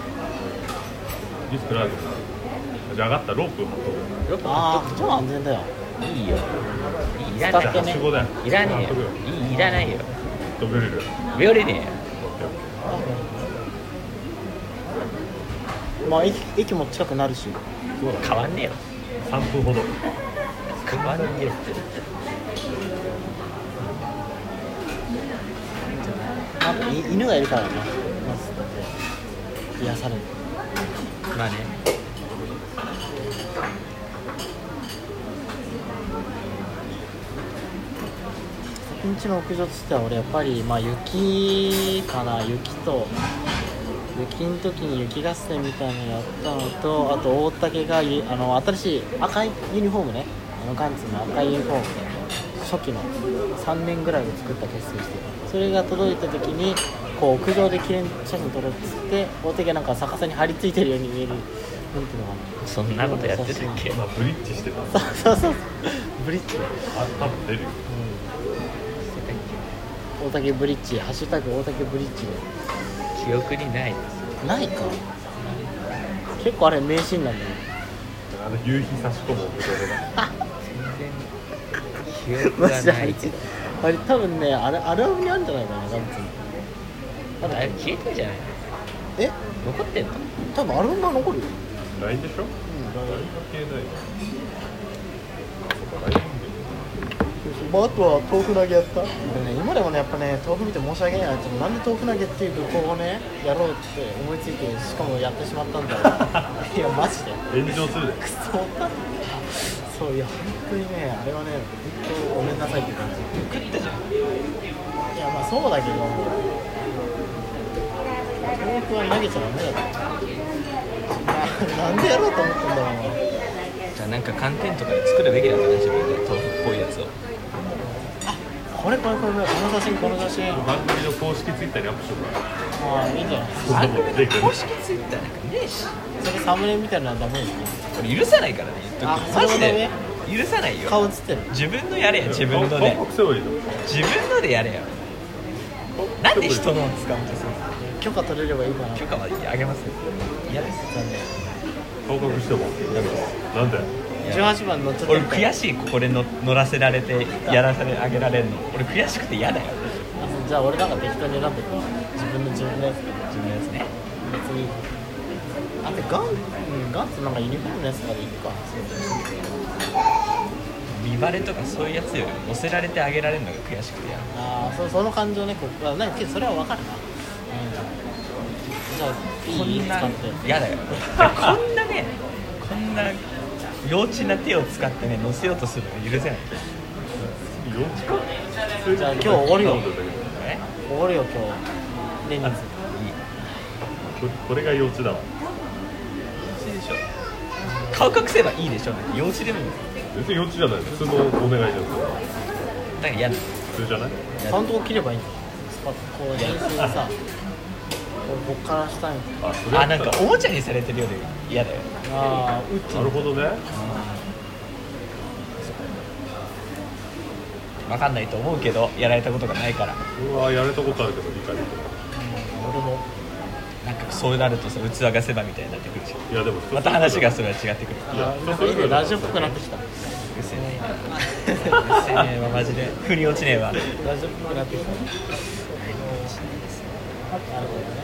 [SPEAKER 2] スクないと思う。じゃあ上がったロープ張っとく。
[SPEAKER 1] ああ、超安全だよ。
[SPEAKER 3] いいよ。いらない。
[SPEAKER 2] じゃあはしごだよ。
[SPEAKER 3] いらねえよ
[SPEAKER 2] 張っとくよ。。
[SPEAKER 3] いらないよ。
[SPEAKER 2] 飛び降りる。
[SPEAKER 3] 飛び降りねえよ。
[SPEAKER 1] まあ駅も近くなるし。
[SPEAKER 2] そうだ。
[SPEAKER 3] 変わんねえよ。
[SPEAKER 2] 3分ほど。
[SPEAKER 3] 変わんねえよって。
[SPEAKER 1] なんか犬がいるからね。まずだって癒される。
[SPEAKER 3] まあね。
[SPEAKER 1] んちの屋上としては俺やっぱりまあ雪かな。雪の時に雪合戦みたいなのやったのと、あと大竹が新しい赤いユニフォームね、ガンツの赤いユニフォームで初期の3年ぐらいを作った結成して、それが届いた時にこう屋上で記念写真撮ろうっつって大竹がなんか逆さに張り付いてるように見える、なんていうのかな、
[SPEAKER 3] そんなことやってたっけ？
[SPEAKER 2] まあブリッジしてた。
[SPEAKER 1] そうブリッジ、
[SPEAKER 2] あ、多分出るよ。
[SPEAKER 1] 大竹ブリッジ、ハッシュタグ大竹ブリッジで
[SPEAKER 3] 記憶にないです。
[SPEAKER 1] ないか、結構あれ名シーンなんだよ。
[SPEAKER 2] 夕日差し込む屋上でな。
[SPEAKER 3] 全然記憶がないけど。
[SPEAKER 1] あれ多分ね、あれアルバムにあるんじゃないかな、ガンツの。
[SPEAKER 3] ただあれ消えたじゃない。
[SPEAKER 1] え、
[SPEAKER 3] 残ってんの？
[SPEAKER 1] 多分アルバムは残るよ。
[SPEAKER 2] LINE でしょ？
[SPEAKER 1] うん、
[SPEAKER 2] 消えないよ。あ、そっか、LINE で。
[SPEAKER 1] まあ、あとは豆腐投げやった。俺ね、今でもね、やっぱね、豆腐見て申し訳ないなって、なんで豆腐投げっていう武功をね、やろうって思いついて、しかもやってしまったんだろう。いや、マジで。
[SPEAKER 2] 炎上するで。
[SPEAKER 1] クソそう、いや、本当にね、あれはね、本当ごめんなさいって感じ。
[SPEAKER 3] 食ったじゃん。
[SPEAKER 1] いや、まあそうだけど、豆腐は投げちゃダメだって。なんでやろうと思ったんだろうな。
[SPEAKER 3] じゃあなんか寒天とかで作るべきだったね、自分で豆腐っぽいやつを。
[SPEAKER 1] この写真
[SPEAKER 2] 番組の公式ツイッターにアップしようかな。
[SPEAKER 1] ああ、いいんじゃないですか。
[SPEAKER 2] 番組で
[SPEAKER 3] 公式ツイッターなんかねえし。
[SPEAKER 1] それサムネみたいなのはダメですか。
[SPEAKER 3] 俺許さないからね、言っ
[SPEAKER 1] あ
[SPEAKER 3] とく。マジ
[SPEAKER 1] それは
[SPEAKER 3] で許さないよ。
[SPEAKER 1] 顔映ってる。
[SPEAKER 3] 自分のやれよ、自分ので
[SPEAKER 2] 広。告すればいいの。
[SPEAKER 3] 自分のでやれよ。なんで人のを使うんですか。
[SPEAKER 1] 許可取れればいいかな。
[SPEAKER 3] 許可はあげますよ。嫌です。
[SPEAKER 1] 残念。
[SPEAKER 2] 広告してもダメです。なんで？
[SPEAKER 1] 18番乗っちゃった
[SPEAKER 3] 俺
[SPEAKER 1] みたい。
[SPEAKER 3] 悔しい、これの乗らせられてやらせてあげられるの。俺悔しくて嫌だよ。
[SPEAKER 1] じゃあ俺なんか適当に選んでくる。自分のやつ。
[SPEAKER 3] 自分のやつね。
[SPEAKER 1] 別に。あとガンツなんかユニフォームのやつとかでいいか。
[SPEAKER 3] 見バレとかそういうやつより乗せられてあげられるのが悔しくて嫌だ。
[SPEAKER 1] ああ、その感情ね、ここはなんかけどそれは分かるな。じゃあ
[SPEAKER 3] こんな
[SPEAKER 1] いい使って。
[SPEAKER 3] 嫌だよ。こんな幼稚な手を使ってね乗せようとするの許せない。
[SPEAKER 2] 幼稚か？
[SPEAKER 1] じゃあ今日終わるよ。
[SPEAKER 3] え？
[SPEAKER 1] 終わるよ今日。レニーズ。
[SPEAKER 2] これが幼稚だわ。
[SPEAKER 3] 幼稚でしょ。顔隠せばいいでしょ。幼稚でもいい。
[SPEAKER 2] 別に幼稚じゃない。普通のお願いじゃん。
[SPEAKER 3] だから嫌だ。
[SPEAKER 2] 普通じゃない？
[SPEAKER 1] ちゃんと切ればいいんだよ。こう練習でさ、こっから下に。
[SPEAKER 2] あ、それ
[SPEAKER 3] あ、なんかおもちゃにされてるようで嫌だよ。
[SPEAKER 1] ああ、打つ。
[SPEAKER 2] なるほどね。
[SPEAKER 3] 分かんないと思うけどやられたことがないから。
[SPEAKER 2] うわやれたことあるけど理解できない。
[SPEAKER 3] 俺もなんかそうなるとさ器が狭みたいになってくるじゃん。
[SPEAKER 2] いやでも
[SPEAKER 3] また話がそれは違ってくる。
[SPEAKER 2] いや
[SPEAKER 1] なんかいいね、ラジオっぽくなってきた。
[SPEAKER 3] うっせえねうっせえねマジで腑に落ちねえわ。
[SPEAKER 1] ラジオっぽくなってきた。なるほどね。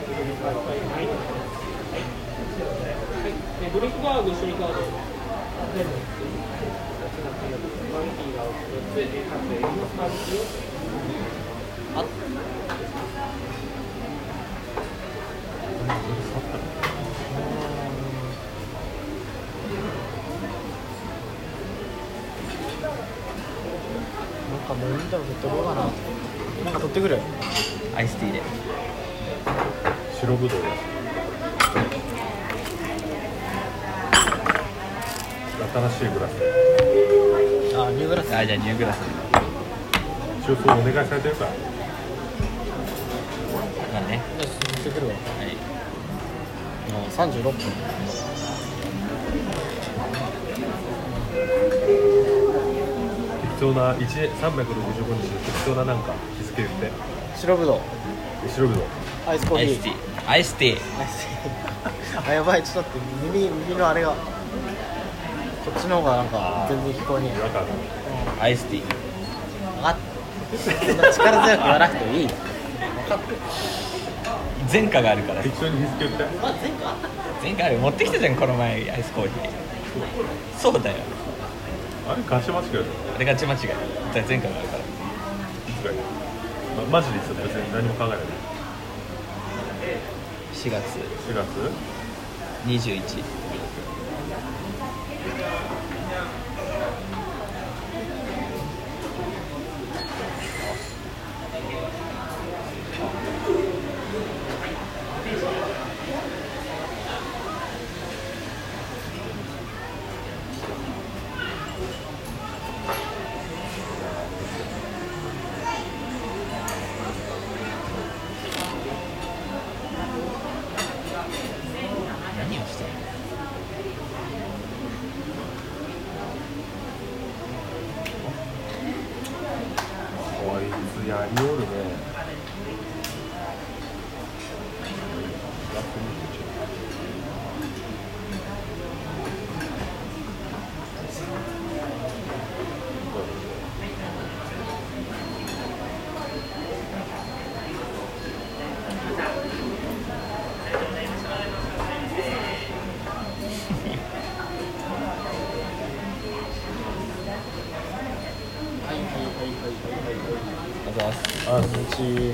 [SPEAKER 4] ブレックバーグ一緒にカード。
[SPEAKER 1] なんかもういいんだろう、取ろうかな。なんか取ってくる。
[SPEAKER 3] アイスティーで。
[SPEAKER 2] 白ぶどうだ。新しいグラス。
[SPEAKER 1] あ、ニューグラス。
[SPEAKER 3] あ、じゃあニューグラス。
[SPEAKER 2] 一応そうお願いされてるから。
[SPEAKER 3] まあね。
[SPEAKER 1] よし、取ってくるわ。
[SPEAKER 3] はい。
[SPEAKER 1] 36分。
[SPEAKER 2] 適当な1年365日の適当ななんか日付言って。
[SPEAKER 1] 白ぶどう。
[SPEAKER 2] 白ぶどう。
[SPEAKER 1] アイスコーヒー。
[SPEAKER 3] アイスティー。アイスティー。
[SPEAKER 1] アイスティー。あ、やばい、ちょっと待って、耳のあれが。こっちの方がなんか全然聞こえねえ。
[SPEAKER 2] 違和感が。
[SPEAKER 3] アイスティー。
[SPEAKER 1] 分かった。そんな力強く言わなくてもいい。分かってる。
[SPEAKER 3] 前科があるから。
[SPEAKER 2] 適当に日付言って。
[SPEAKER 3] 前科ある。持ってきたじゃんこの前アイスコーヒー。そうだよ。
[SPEAKER 2] あれ貸し間違いだよ。
[SPEAKER 3] あれがち間違い。前科があるから。
[SPEAKER 2] いつがいい。マジで別に何も考えない。
[SPEAKER 3] 4月
[SPEAKER 2] 4月
[SPEAKER 3] 21。何をしてるの？
[SPEAKER 2] こいつやりおるね。
[SPEAKER 3] あざーす。
[SPEAKER 1] こんにち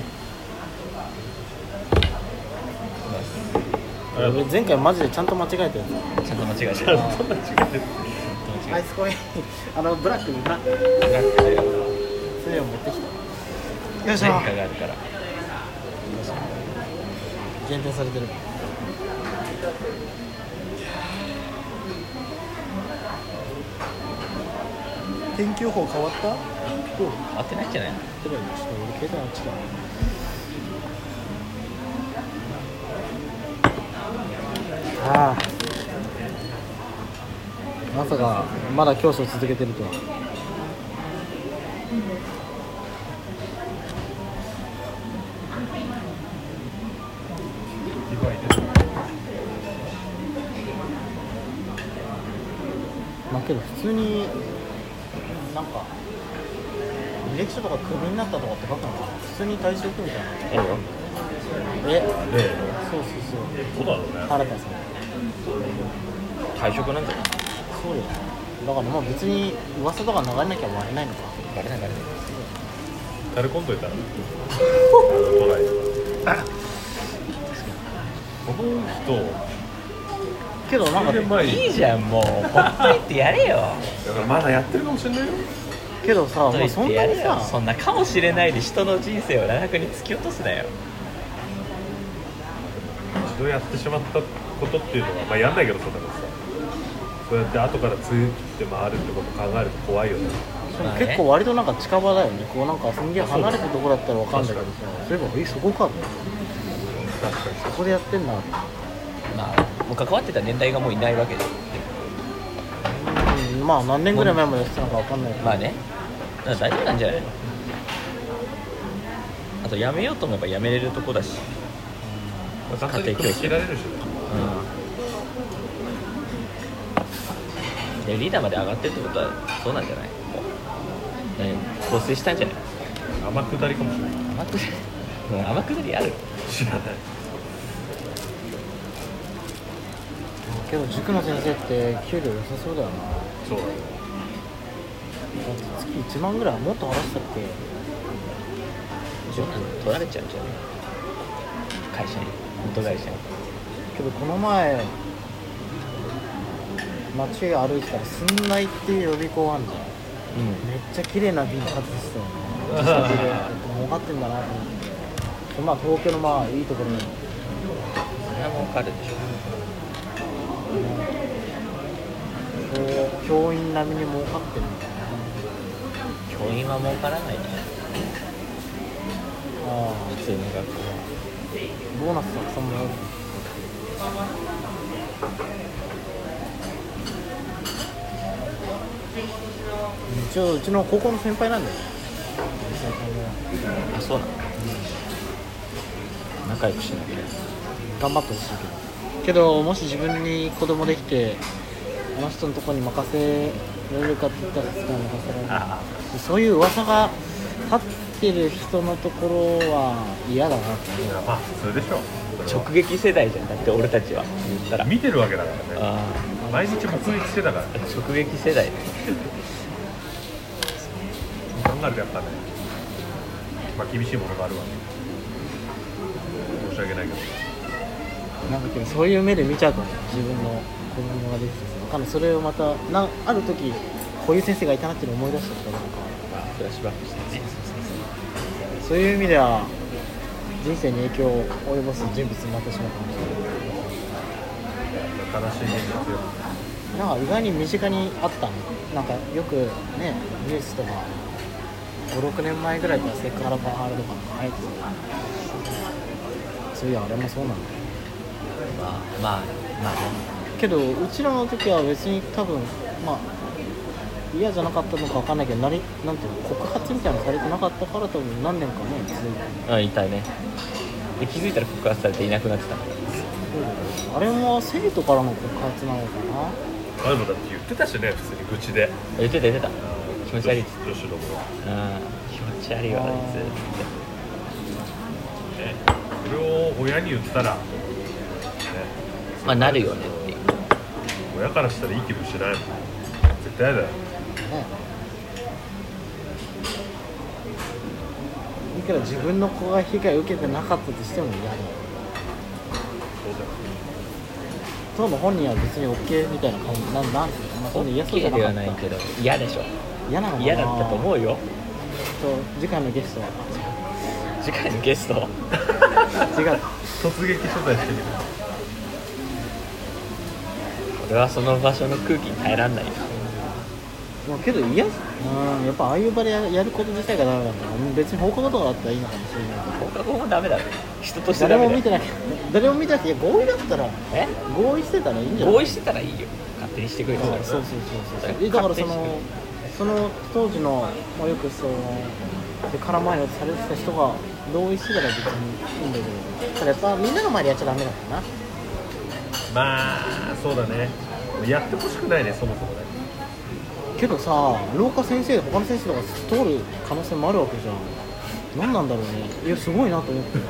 [SPEAKER 1] は。俺前回マジでちゃんと間違えたやつ。
[SPEAKER 3] ちゃんと間違え
[SPEAKER 2] ち
[SPEAKER 3] た。
[SPEAKER 2] ゃんと間違えてる。
[SPEAKER 1] アイスコーヒー、ブラックにな。
[SPEAKER 3] ブラックだよ。
[SPEAKER 1] それを持ってきた。よいしょ。
[SPEAKER 3] 前科があるから。
[SPEAKER 1] 限定されてる。天気予報変わった？
[SPEAKER 3] 合ってないんじゃない？
[SPEAKER 1] ちょっと俺携帯あっちだ。ああ、まさかまだ教師を続けてるとは。まあけど普通になんか履歴書とかクビになったとかって書くのかな。普通に退職みたいな。え、そうそうそう。
[SPEAKER 2] そうだろうね。
[SPEAKER 1] 原田さん。
[SPEAKER 3] 退職なんじゃない？
[SPEAKER 1] そうよ。だからまあ別に噂とか流れなきゃ割れないのか。
[SPEAKER 3] バレないバレない。
[SPEAKER 2] 垂れ込んどいたらトライこの人
[SPEAKER 1] けどなんか
[SPEAKER 2] 数年前に
[SPEAKER 3] いいじゃんもうほっといてやれよ。
[SPEAKER 2] だからまだやってるかもしれないよ。
[SPEAKER 1] けどさ、
[SPEAKER 3] ほっとい
[SPEAKER 1] まあそん
[SPEAKER 3] てやれよ。
[SPEAKER 1] なにさ、
[SPEAKER 3] そんなかもしれないで人の人生を長くに突き落とすなよ。
[SPEAKER 2] 一度やってしまったことっていうのはまあやんないけどそうだけどさ、そうやって後からついて回るってことを考えると怖いよね。
[SPEAKER 1] でも結構割となんか近場だよね。こうなんかすんげえ離れたところだったらわかんないけどさ、そういえばそこか
[SPEAKER 2] 確かに
[SPEAKER 1] そこでやってんな。
[SPEAKER 3] まあもう関わってた年代がもういないわけで。
[SPEAKER 1] まあ何年ぐらい前までやってたのかわかんないけど。
[SPEAKER 3] まあね。 から大丈夫なんじゃないの。あとやめようと思えばやめれるとこだし、
[SPEAKER 2] 簡単に組み切られるしね。
[SPEAKER 3] でリーダーまで上がってるってことはそうなんじゃない。もう、ね、構成したんじゃない。
[SPEAKER 2] 天下りかもしれない。
[SPEAKER 3] 天下りある。
[SPEAKER 2] 知らない。
[SPEAKER 1] けど塾の先生って給料良さそうだよな。
[SPEAKER 2] そうだね。
[SPEAKER 1] だって月1万ぐらいもっと払ってたっけ。
[SPEAKER 3] 取られちゃうんじゃない。会社に、元会社に。
[SPEAKER 1] けどこの前街歩いてたらすんないっていう予備校あんじゃん。めっちゃ綺麗なビル建ててたよね。自社ビル儲かってんだなと思って。まあ東京のまあいいところに。
[SPEAKER 3] それは儲かるでしょ。
[SPEAKER 1] 教員並みに儲かってるんだよね。
[SPEAKER 3] 教員は儲からないね。
[SPEAKER 1] ああ、
[SPEAKER 3] 普通の学校は
[SPEAKER 1] ボーナスたくさんもらえる。一応うちの高校の先輩なんだよ。
[SPEAKER 3] あ、そうなの。仲良くしなきゃ。
[SPEAKER 1] 頑張ってほしいけどもし自分に子供できてあの人のところに任せられるかって言ったら任せられる。そういう噂が立ってる人のところは嫌だなって思う。
[SPEAKER 2] まあ普通でしょ。
[SPEAKER 3] 直撃世代じゃん。だって俺たちは言ったら
[SPEAKER 2] 見てるわけだからね。毎日目撃してたからね。
[SPEAKER 3] 直撃世代。
[SPEAKER 2] 考えるとやっぱね、まあ厳しいものがあるわね。申し訳ないけど。
[SPEAKER 1] なんかけどそういう目で見ちゃうと自分の子供ができてさ、わかんない。それをまたある時こういう先生がいたなっていうのを思い出したとかなんか
[SPEAKER 3] フラッシュバックしてね。
[SPEAKER 1] そういう意味では人生に影響を及ぼす人物になってしまったかもしれない。
[SPEAKER 2] 悲しい現実よ。
[SPEAKER 1] なんか意外に身近にあったの。なんかよくねニュースとか5、6年前ぐらいからセクハラパワハラとか入ってた。そういやあれもそうなんだよ。
[SPEAKER 3] まあね。
[SPEAKER 1] けどうちらの時は別に多分まあ嫌じゃなかったのか分かんないけどなんていうの告発みたいなのされてなかったから多分何年かね続いて。
[SPEAKER 3] いたいね。で気づいたら告発されていなくなってた。
[SPEAKER 1] あれも生徒からの告発なのかな。
[SPEAKER 2] でもだって言ってたしね、普通に愚痴で。
[SPEAKER 3] 言ってた気持ち悪いっつって。
[SPEAKER 2] 女子の子は
[SPEAKER 3] 気持ち悪いわあいつって。
[SPEAKER 2] ね、それを親に言ったら、ね、
[SPEAKER 3] まあなるよねっていう。
[SPEAKER 2] 親からしたらいい気分しないもん。絶対嫌だよ。
[SPEAKER 1] ねいくら自分の子が被害を受けてなかったとしても嫌だ。
[SPEAKER 2] そうだよ。
[SPEAKER 1] 当の本人は別に OK みたいな感じなんまあそんな嫌そうじゃなかった。
[SPEAKER 3] ではないけど嫌でしょ。
[SPEAKER 1] 嫌なのかな。
[SPEAKER 3] 嫌だったと思うよ。
[SPEAKER 1] 次回のゲストは
[SPEAKER 3] 次回のゲスト
[SPEAKER 1] 違う
[SPEAKER 2] 突撃取材してみる。
[SPEAKER 3] 俺はその場所の空気に耐えらんないよ。
[SPEAKER 1] けど嫌やっぱああいう場でやること自体がダメなんだ。別に放課後とかだったらいいのかもしれないけど
[SPEAKER 3] 放課後もダメだろ。人として
[SPEAKER 1] 誰
[SPEAKER 3] ダメだよ。
[SPEAKER 1] も見てないいや合意だったら合意してたらいいんじゃない。
[SPEAKER 3] 合意してたらいいよ。勝手にしてくれるから。
[SPEAKER 1] そうだからその当時の、まあ、よくそう空回りをされてた人が同意してたら別にいいんだけど、ただやっぱみんなの前でやっちゃダメなんだな。
[SPEAKER 2] まあそうだね。やってほしくないね、そもそもね。
[SPEAKER 1] けどさ廊下先生他の先生とか通る可能性もあるわけじゃん。何なんだろうね。いやすごいなと思って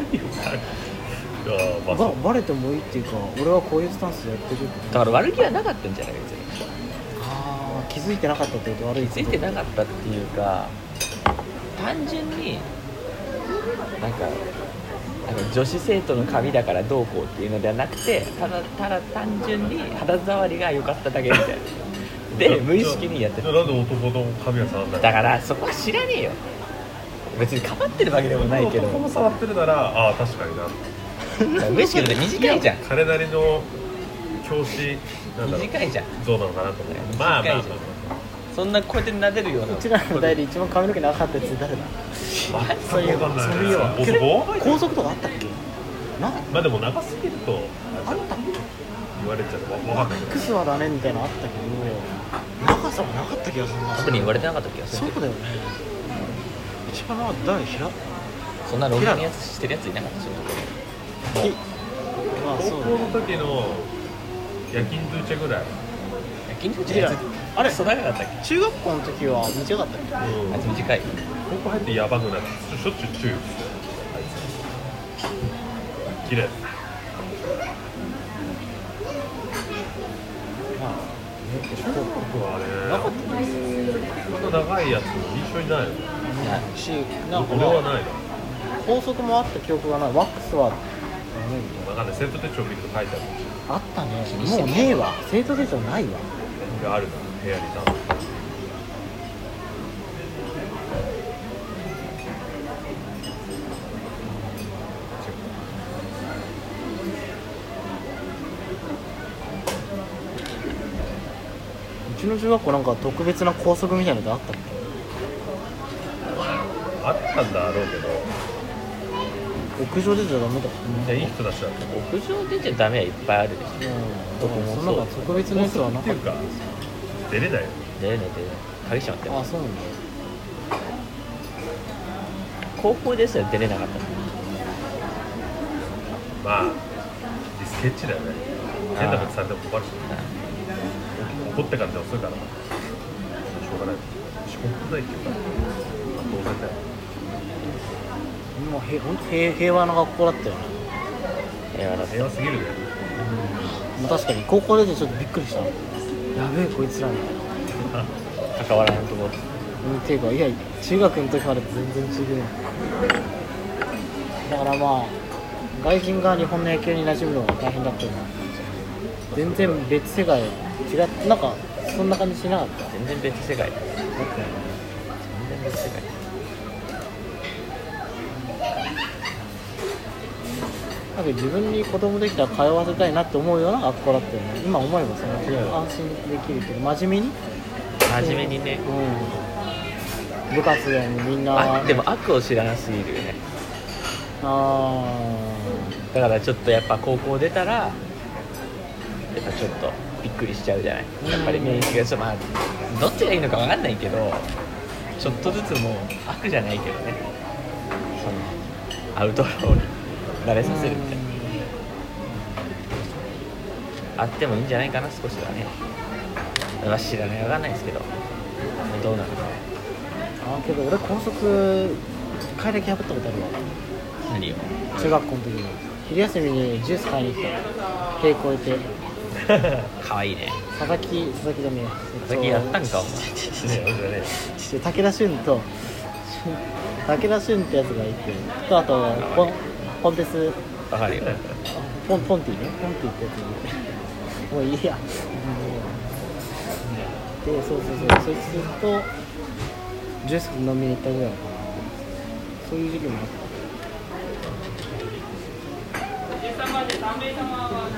[SPEAKER 1] バレてもいいっていうか俺はこういうスタンスでやってるって。
[SPEAKER 3] だから悪気はなかったんじゃない別に。
[SPEAKER 1] 気づいてなかったってこと悪い。
[SPEAKER 3] 気づいてなかったっていうか単純になんか女子生徒の髪だからどうこうっていうのではなくてただ単純に肌触りが良かっただけみたいなで無意識にやってた。
[SPEAKER 2] なんで男の髪は触んない。
[SPEAKER 3] だからそこは知らねえよ。別にかばってるわけでもないけど
[SPEAKER 2] 男も触ってるなら確かにな。
[SPEAKER 3] 無意識で短いじゃん。
[SPEAKER 2] 彼なりの教師なんだろう
[SPEAKER 3] 短いじゃん。
[SPEAKER 2] どうなのかなと思う。まあ
[SPEAKER 3] そんなこうやって撫でるような。
[SPEAKER 1] うちらの代で一番髪の毛長かったやつ誰だ。
[SPEAKER 2] そういうわかんない。
[SPEAKER 1] 校則とかあったっけ。
[SPEAKER 2] まあでも長すぎると
[SPEAKER 1] あったっけ。
[SPEAKER 2] 言われちゃうと分かんないけど。
[SPEAKER 1] クスはだねみたいなのあったけど長つはなかった気がするな。
[SPEAKER 3] 特に言われてなかった気がする。
[SPEAKER 1] そうだよね。一番長かった誰平
[SPEAKER 3] そんなログのやつしてるやついなかったでしょ。
[SPEAKER 1] まあそう
[SPEAKER 2] 高校の時の夜勤ドゥチェぐらい、
[SPEAKER 3] 近所のやつあれそんな長かったっけ？
[SPEAKER 1] 中学校の時は短かったっけ？
[SPEAKER 3] あいつ短い。
[SPEAKER 2] 高校入ってヤバくなってしょっちゅう注意して綺麗。
[SPEAKER 1] まあ
[SPEAKER 2] 中学はね
[SPEAKER 1] なかったね。
[SPEAKER 2] こんな長いやつ印象にないよ。
[SPEAKER 3] いや
[SPEAKER 1] しなんか
[SPEAKER 2] 俺はないな。
[SPEAKER 1] 法則もあった記憶がない。ワックスは
[SPEAKER 2] わかんない。生徒手帳見ると書いてある。
[SPEAKER 1] あったね。
[SPEAKER 3] 気にしてない
[SPEAKER 1] もうねえわ。生徒手帳ないわ。
[SPEAKER 2] があるな部屋にさ。
[SPEAKER 1] うちの中学校なんか特別な校則みたいなのあったっけ？
[SPEAKER 2] あったんだろうけど、
[SPEAKER 1] 屋上出ちゃダメだ。
[SPEAKER 2] みんないい人たちだった。
[SPEAKER 3] 屋上出ちゃダメはいっぱいあるでしょ。
[SPEAKER 1] どこもそんなの特別なやつはなかった。
[SPEAKER 2] っていうか出れないよ。
[SPEAKER 3] 出れない鍵閉まってる。
[SPEAKER 1] あ、そうなんだ。
[SPEAKER 3] 高校ですら出れなかった。
[SPEAKER 2] まあリスケッチだよね。変なことされても困るし、怒ってからで遅いからな。しょうがない。しょうがないっていうか当然だよ。
[SPEAKER 1] もうほんと平和な学校だったよね。
[SPEAKER 2] 平和すぎるね。
[SPEAKER 1] もう確かに高校出てちょっとびっくりした。やべえこいつらみたいな。
[SPEAKER 3] 関わらんところ。
[SPEAKER 1] っていうかいや中学の時まで全然違う。だからまあ外人が日本の野球に馴染むのが大変だったよな。全然別世界違ってなんかそんな感じしなかった。
[SPEAKER 3] 全然別世界。全然別世界。
[SPEAKER 1] なんか自分に子供できたら通わせたいなって思うような学校だったよね。今思えばその安心できるけど真面目に
[SPEAKER 3] 真面目にね。
[SPEAKER 1] 部活でみんな
[SPEAKER 3] でも悪を知らなすぎるよね。だからちょっとやっぱ高校出たらやっぱちょっとびっくりしちゃうじゃない。やっぱり免疫がちょっとまあどっちがいいのか分かんないけどちょっとずつもう悪じゃないけどね、そのアウトローに慣れさせるみたいなあってもいいんじゃないかな少しはね。知らない分かんないですけどどうなるか。
[SPEAKER 1] けど俺高速1回だけ破ったことあるわ。
[SPEAKER 3] 何よ。
[SPEAKER 1] 中学校の時に昼休みにジュース買いに来た。手越えて
[SPEAKER 3] かわいいね。
[SPEAKER 1] 佐々木じゃねえ。
[SPEAKER 3] 佐々木やったんかお前。
[SPEAKER 1] 武田俊と武田俊ってやつがいてとあとポンテス
[SPEAKER 3] わかるよ。
[SPEAKER 1] ポンティねポンティってやつがいてもういいや。でそうそいつとジュース飲みに行ったぐらいかな。そういう時期もあった。
[SPEAKER 4] 13番で3名様は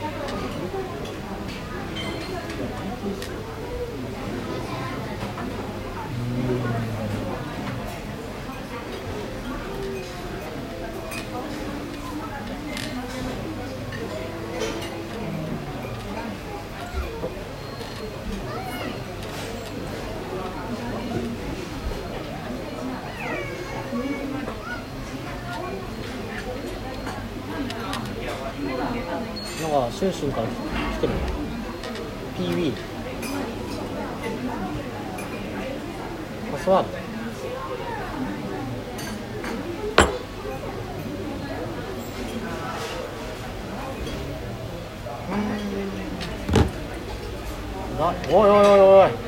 [SPEAKER 1] なんかシュンシュンから来てるの PB パスワードおいおいおいおいなんか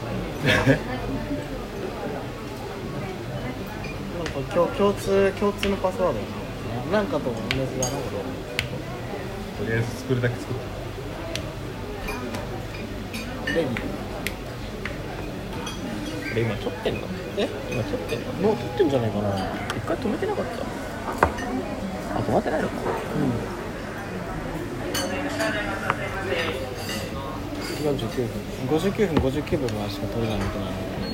[SPEAKER 1] 共通のパスワードやな。なんかと同じだなこれ。
[SPEAKER 2] とりあえず作るだけ作っ
[SPEAKER 1] レギ
[SPEAKER 3] これ今撮ってんの？
[SPEAKER 1] え
[SPEAKER 3] 今撮ってんの？
[SPEAKER 1] もう撮ってんじゃないかな。
[SPEAKER 3] 一回止めてなかった？あ、止まってないのか。
[SPEAKER 1] 49分59分59分までしか撮れないみたい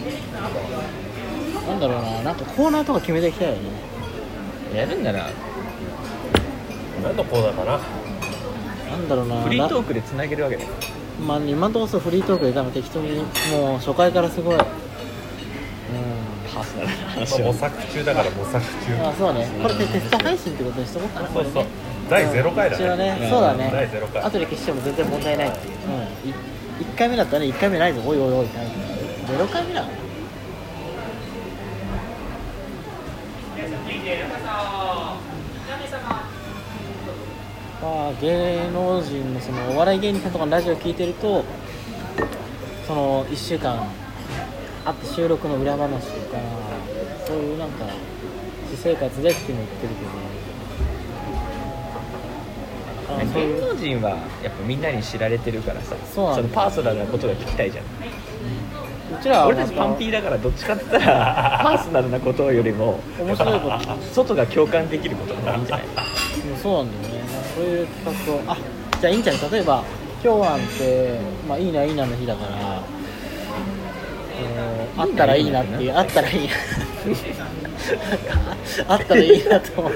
[SPEAKER 1] な。なんだろうな、なんかコーナーとか決めていきたいよね。
[SPEAKER 3] やるんなら
[SPEAKER 2] 何のコーナーかな。
[SPEAKER 1] なんだろうな、
[SPEAKER 3] フリートークでつなげるわけね。
[SPEAKER 1] まあ今のところそうフリートークで多分適当にもう初回からすごい、
[SPEAKER 3] パーソナルな話を
[SPEAKER 2] 模索中だから模索中。
[SPEAKER 1] あそうね、これでテスト配信ってことにしとこうかな。
[SPEAKER 2] そうそう
[SPEAKER 1] これね
[SPEAKER 2] 第0回だ
[SPEAKER 1] 一応ね、
[SPEAKER 3] うん
[SPEAKER 1] そうだね、
[SPEAKER 2] 第0回
[SPEAKER 1] 後で消しても全然問題ないっていう、1回目だったらね、1回目ないぞ、おいおいおいってなるけど、0回目だからね。まあ、芸能人のそのお笑い芸人さんとかのラジオを聞いてると、その1週間あって収録の裏話とか、そういうなんか私生活でっていうの言ってるけど、そういう
[SPEAKER 3] 芸能人はやっぱみんなに知られてるからさ、
[SPEAKER 1] そうなんだ
[SPEAKER 3] のパーソナルなことが聞きたいじゃん。
[SPEAKER 1] うちらは
[SPEAKER 3] 俺たちパンピーだからどっちかって言ったらパーソナルなことよりも
[SPEAKER 1] 面白いこと
[SPEAKER 3] 外が共感できることの方がいいんじゃない？
[SPEAKER 1] そうなんだよね。そういう企画を、あ、じゃあいいんじゃない。例えば今日なんて、まあいいないいなの日だから、あったらいいなっていう、あったらいいなあったらいいなと思う。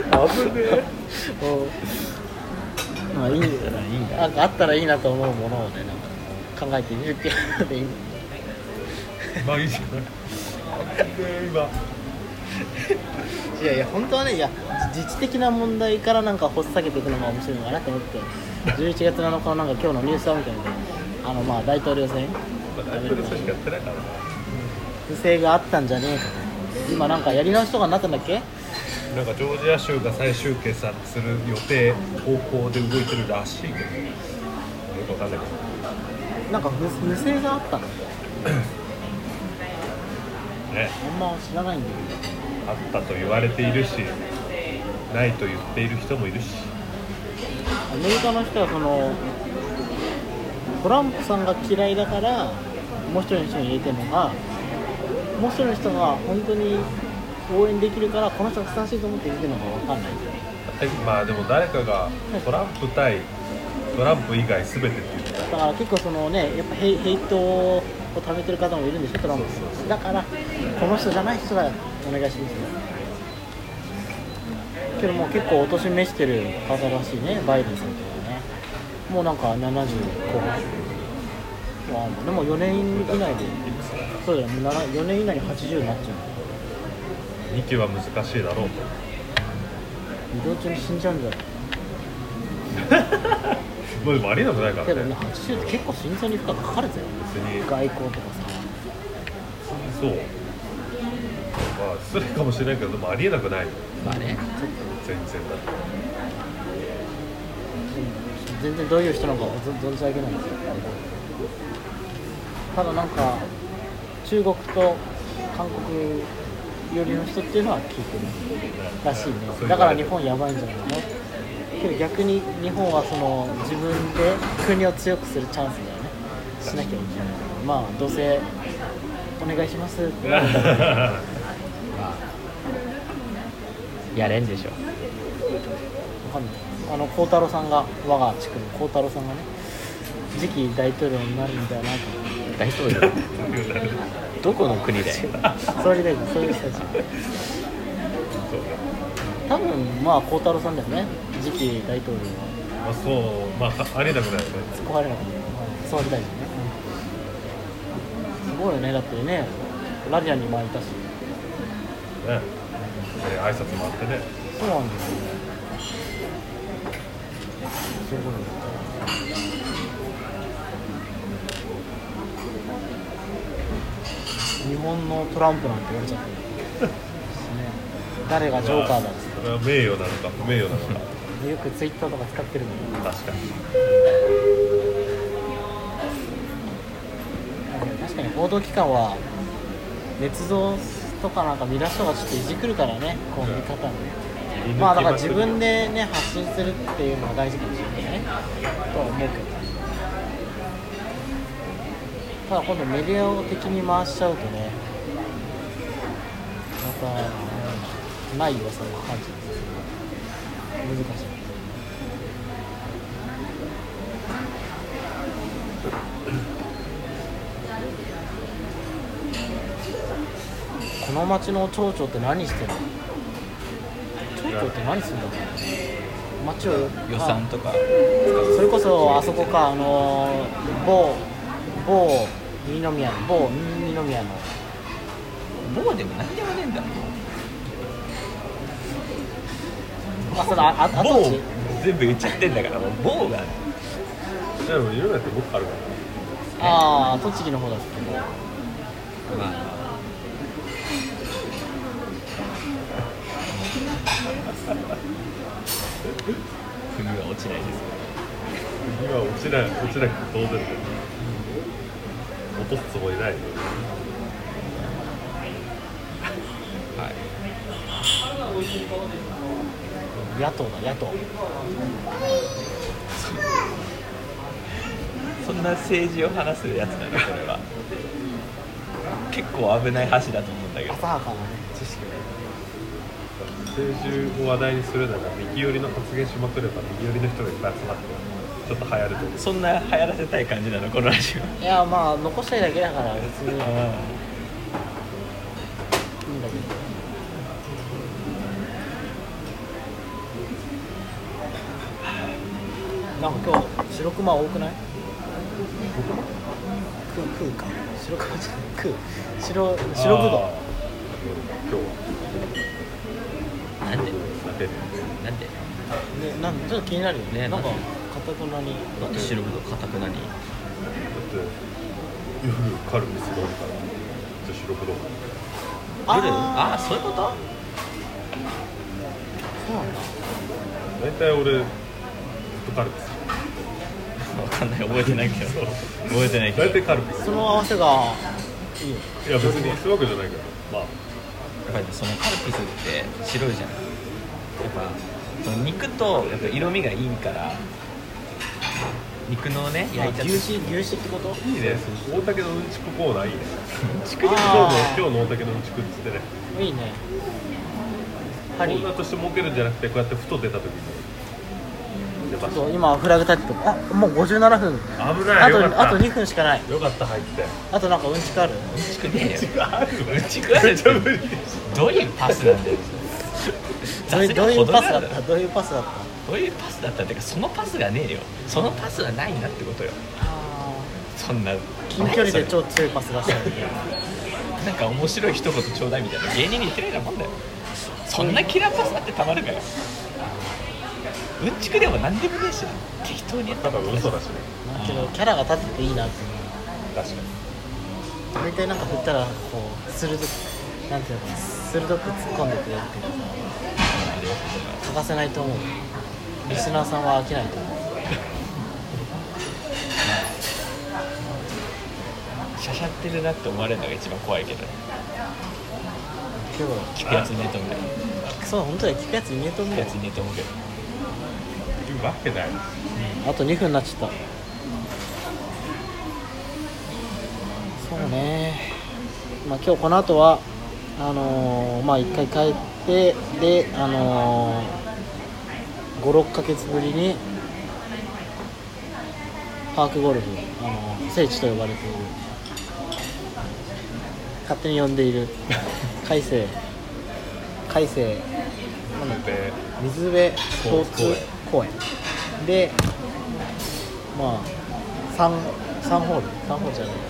[SPEAKER 1] まあいいなんかあったらいいなと思うものをね、なんか考えてみるっていうのでいい。
[SPEAKER 2] まあいいじゃない今
[SPEAKER 1] いやいや本当はね、いや自治的な問題からなんか掘っ下げていくのが面白いのかなと思って、11月7日のなんか今日のニュースを見てみて、まあ大統領選
[SPEAKER 2] 大統領選しかやってないからな。
[SPEAKER 1] 不正があったんじゃねえかと。今なんかやり直しとかになったんだっけ？
[SPEAKER 2] なんかジョージア州が最終決算する予定方向で動いてるらしいけど、よくわかんないけど
[SPEAKER 1] なんか不正があったの
[SPEAKER 2] ね、
[SPEAKER 1] あんま知らないんだ
[SPEAKER 2] あったと言われているし、ないと言っている人もいるし。
[SPEAKER 1] けど、アメリカの人はそのトランプさんが嫌いだからもう一人の人に入れてるのが、もう一人の人が本当に応援できるからこの人がふさわしいと思って入れてるのか分かんない。
[SPEAKER 2] まあでも誰かがトランプ対トランプ以外全てって言ってた。
[SPEAKER 1] だから結構そのね、やっぱヘイトを貯めてる方もいるんでしょ、トランプさん。だからこの人じゃない人がお願いしますよ。けどもう結構お年召してる方らしいね、バイデンさんとかね。もうなんか70後半。でも4年以内で、そうだよ、もう4年以内に80になっちゃう。
[SPEAKER 2] 2期は難しいだろうと。
[SPEAKER 1] 移動中に死んじゃうんじゃない？
[SPEAKER 2] もうでもありえなくないからね。
[SPEAKER 1] けどね、80って結構心臓に負荷かかるぜ。
[SPEAKER 2] 別に
[SPEAKER 1] 外交とかさ。
[SPEAKER 2] そう。まあ失礼かもしれないけど、でもありえなくない。
[SPEAKER 3] まあね、
[SPEAKER 2] 全然だって。
[SPEAKER 1] 全然どういう人なのか存じ上げないんですよ。ただなんか中国と韓国寄りの人っていうのは聞いてるらしいね。だから日本やばいんじゃないの？けど逆に日本はその自分で国を強くするチャンスだよね。しなきゃいけない。まあどうせお願いしますってなるんだけど
[SPEAKER 3] やれんでしょ。
[SPEAKER 1] わかんない。孝太郎さんが、我が地区の孝太郎さんがね、次期大統領になるんだよなと思って。
[SPEAKER 3] 大統領どこの国で？
[SPEAKER 1] 総理大臣、そういう人たち。多分まあ孝太郎さんだよね、次期大統領は。
[SPEAKER 2] まあそう、まあありえなくないよね。
[SPEAKER 1] 突っ込まれなかった。総理大臣ね。すごいよね、だってね、ラジアにもいたし。
[SPEAKER 2] ね、挨拶もあってね。
[SPEAKER 1] そうなんですよね。すごい。日本のトランプなんて言われちゃってるですね。誰がジョーカーだっつって。
[SPEAKER 2] それは名誉なのか不名誉なのか。
[SPEAKER 1] よくツイッターとか使ってるのに。
[SPEAKER 2] 確かに。
[SPEAKER 1] 確かに報道機関は捏造とかなんか見出しとかちょっといじくるからね、こう見方も。まあだから自分でね発信するっていうのが大事かもしれないねとは思うけど。ただ今度メディアを敵に回しちゃうとね、またない良さを感じる。難しい。この町の町長って何してるの？町長って何するんだろう？ 街を
[SPEAKER 3] 予算とか
[SPEAKER 1] それこそあそこか某二宮の
[SPEAKER 3] 某でも何でもねえんだもん。
[SPEAKER 1] その跡
[SPEAKER 3] 某
[SPEAKER 1] 地
[SPEAKER 3] 全部言っちゃってんだからもう某が
[SPEAKER 2] でもいろいろやって僕あるか
[SPEAKER 1] 栃木の方だけど
[SPEAKER 3] まあ冬は落ちないです
[SPEAKER 2] ら今落ちなくて当然だよ。落とすつもりないよ。
[SPEAKER 3] はい
[SPEAKER 1] 野党
[SPEAKER 3] そんな政治を話すやつなのこれは結構危ない橋だと思うんだけど
[SPEAKER 1] 浅はかなね知識
[SPEAKER 2] 政治を話題にするなら右寄りの発言しまくれば右寄りの人がいっぱい集まってちょっと流行ると思う。
[SPEAKER 3] そんな流行らせたい感じなのこのラジオ
[SPEAKER 1] いやまあ残したいだけだから別にいいんだけどなんか今日白熊多くない？食うか白熊じゃない白ぶどう
[SPEAKER 2] 今日は
[SPEAKER 3] なんで
[SPEAKER 2] なんで
[SPEAKER 3] なんで
[SPEAKER 1] ね、なんちょっと気になるよね。
[SPEAKER 3] ね
[SPEAKER 1] なんか硬くなに
[SPEAKER 3] なんで白ぶどう硬くなり
[SPEAKER 2] だって夜カルピスがあるからじゃあ白ぶどう
[SPEAKER 3] 夜ああそういうこと
[SPEAKER 1] そうなんだ。
[SPEAKER 2] 大体俺ずっとカルピス
[SPEAKER 3] わかんない覚えてないけど覚えてないけ
[SPEAKER 2] 大
[SPEAKER 3] ど
[SPEAKER 2] 体カルピス
[SPEAKER 1] その合わせがいいよ。
[SPEAKER 2] いや別にそういうわけじゃないけどまあ
[SPEAKER 3] やっぱりそのカルピスって白いじゃん。やっぱその肉とやっぱ色味がいいから肉のね焼いた
[SPEAKER 1] 牛脂ってこと？
[SPEAKER 2] いいね大竹のうんちくコーナーいいね
[SPEAKER 3] 竹で
[SPEAKER 1] あ
[SPEAKER 2] 今日の大竹のうんちくっつってね
[SPEAKER 1] いいね。
[SPEAKER 2] コーナーとして儲けるんじゃなくてこうやってふと出た時に出まし
[SPEAKER 1] そう今フラグ立ってもう57分。
[SPEAKER 2] た危ないよかった
[SPEAKER 1] あと2分しかない。
[SPEAKER 2] よかった入って
[SPEAKER 1] あとなんかうんちくある？
[SPEAKER 3] うんちくねえよ
[SPEAKER 2] ある
[SPEAKER 3] うんちくあるって
[SPEAKER 2] めっちゃ無理
[SPEAKER 3] どういうパスなんだよ
[SPEAKER 1] どういうパスだった？どういうパスだった？
[SPEAKER 3] どういうパスだったってかそのパスがねえよそのパスはないなってことよそんな
[SPEAKER 1] 近距離で超強いパス出したんで。
[SPEAKER 3] なんか面白い一言ちょうだいみたいな芸人に言ってるようなもんだよそんなキラーパスだってたまるからうんちくでも何でもねえし適当にやった
[SPEAKER 2] ただ
[SPEAKER 3] こと
[SPEAKER 2] 嘘だしね
[SPEAKER 1] だけどキャラが立ってていいなって
[SPEAKER 2] 確かに
[SPEAKER 1] 大体なんか振ったらこう鋭くなんていうのかな鋭く突っ込んでくれるっていうか欠かせないと思う。リスナーさんは飽きないと思う。
[SPEAKER 3] しゃしゃってるなって思われるのが一番怖いけど
[SPEAKER 1] けど
[SPEAKER 3] 聞くやついねえと思うけど
[SPEAKER 1] そう本当に聞くやついねえと思う
[SPEAKER 3] 聞くやついねえと思うけど
[SPEAKER 2] 言うわけない
[SPEAKER 1] あと2分になっちゃった。そうね。まあ今日この後はまあ一回帰ってで5、6ヶ月ぶりにパークゴルフ聖地と呼ばれている勝手に呼んでいる海星なんだっけ水辺スポーツ公園でまあ3ホールじゃない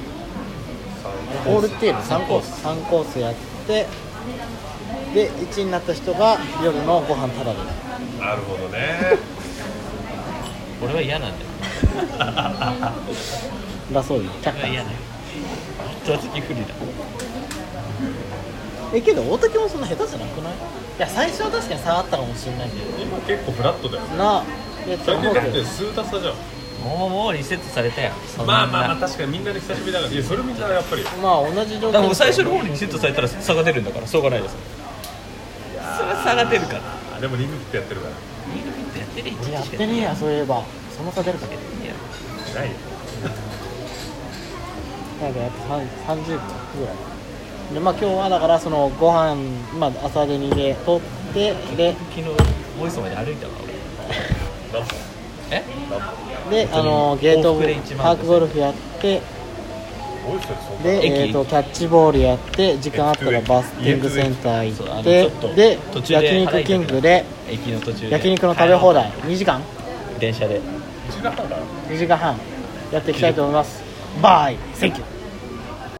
[SPEAKER 1] ホールっていうの3コースやってで1位になった人が夜のご飯タダで。
[SPEAKER 2] なるほどね
[SPEAKER 3] 俺は嫌なんだよ
[SPEAKER 1] だそうよ。
[SPEAKER 3] 俺は嫌だよ圧倒的不利だ
[SPEAKER 1] けど大竹もそんな下手じゃなくない？いや最初は確かに差あったかもしれないけど
[SPEAKER 2] 今結構フラットだよ
[SPEAKER 1] いやと
[SPEAKER 2] 最
[SPEAKER 1] 思うけど
[SPEAKER 2] 近だって数打差じゃん
[SPEAKER 3] もうリセットされたよそんな
[SPEAKER 2] まあ確かにみんなで久しぶりだからいやそれみんなやっぱり
[SPEAKER 1] まあ同じ条件
[SPEAKER 3] だからもう最初の方にリセットされたら差が出るんだからしょうがないですそれは差が出るから
[SPEAKER 2] あでもリングフィットやってるから
[SPEAKER 3] リーグフィットやってねえ
[SPEAKER 1] やってねえやそういえばその差出るかけ
[SPEAKER 2] ないよ
[SPEAKER 1] なんかやっぱ30分ぐらいでまあ今日はだからそのご飯まあ朝デニで取ってで
[SPEAKER 3] 昨日大磯まで歩いたわ俺
[SPEAKER 2] 何本
[SPEAKER 3] え
[SPEAKER 1] で
[SPEAKER 3] 本当に
[SPEAKER 1] ゲート
[SPEAKER 3] 往復で1万
[SPEAKER 1] パークゴルフやって
[SPEAKER 2] 多い人でそんな
[SPEAKER 1] で、
[SPEAKER 3] 駅
[SPEAKER 1] キャッチボールやって時間あったらバスティングセンター
[SPEAKER 3] そう
[SPEAKER 1] 行って
[SPEAKER 3] ちょっと
[SPEAKER 1] で
[SPEAKER 3] 途中で
[SPEAKER 1] 焼肉キングで
[SPEAKER 3] 駅の途中で
[SPEAKER 1] 焼肉の食べ放題2時間
[SPEAKER 3] 電車で
[SPEAKER 2] 1時間半かな
[SPEAKER 1] 2時間半やっていきたいと思います。バイセンキュー。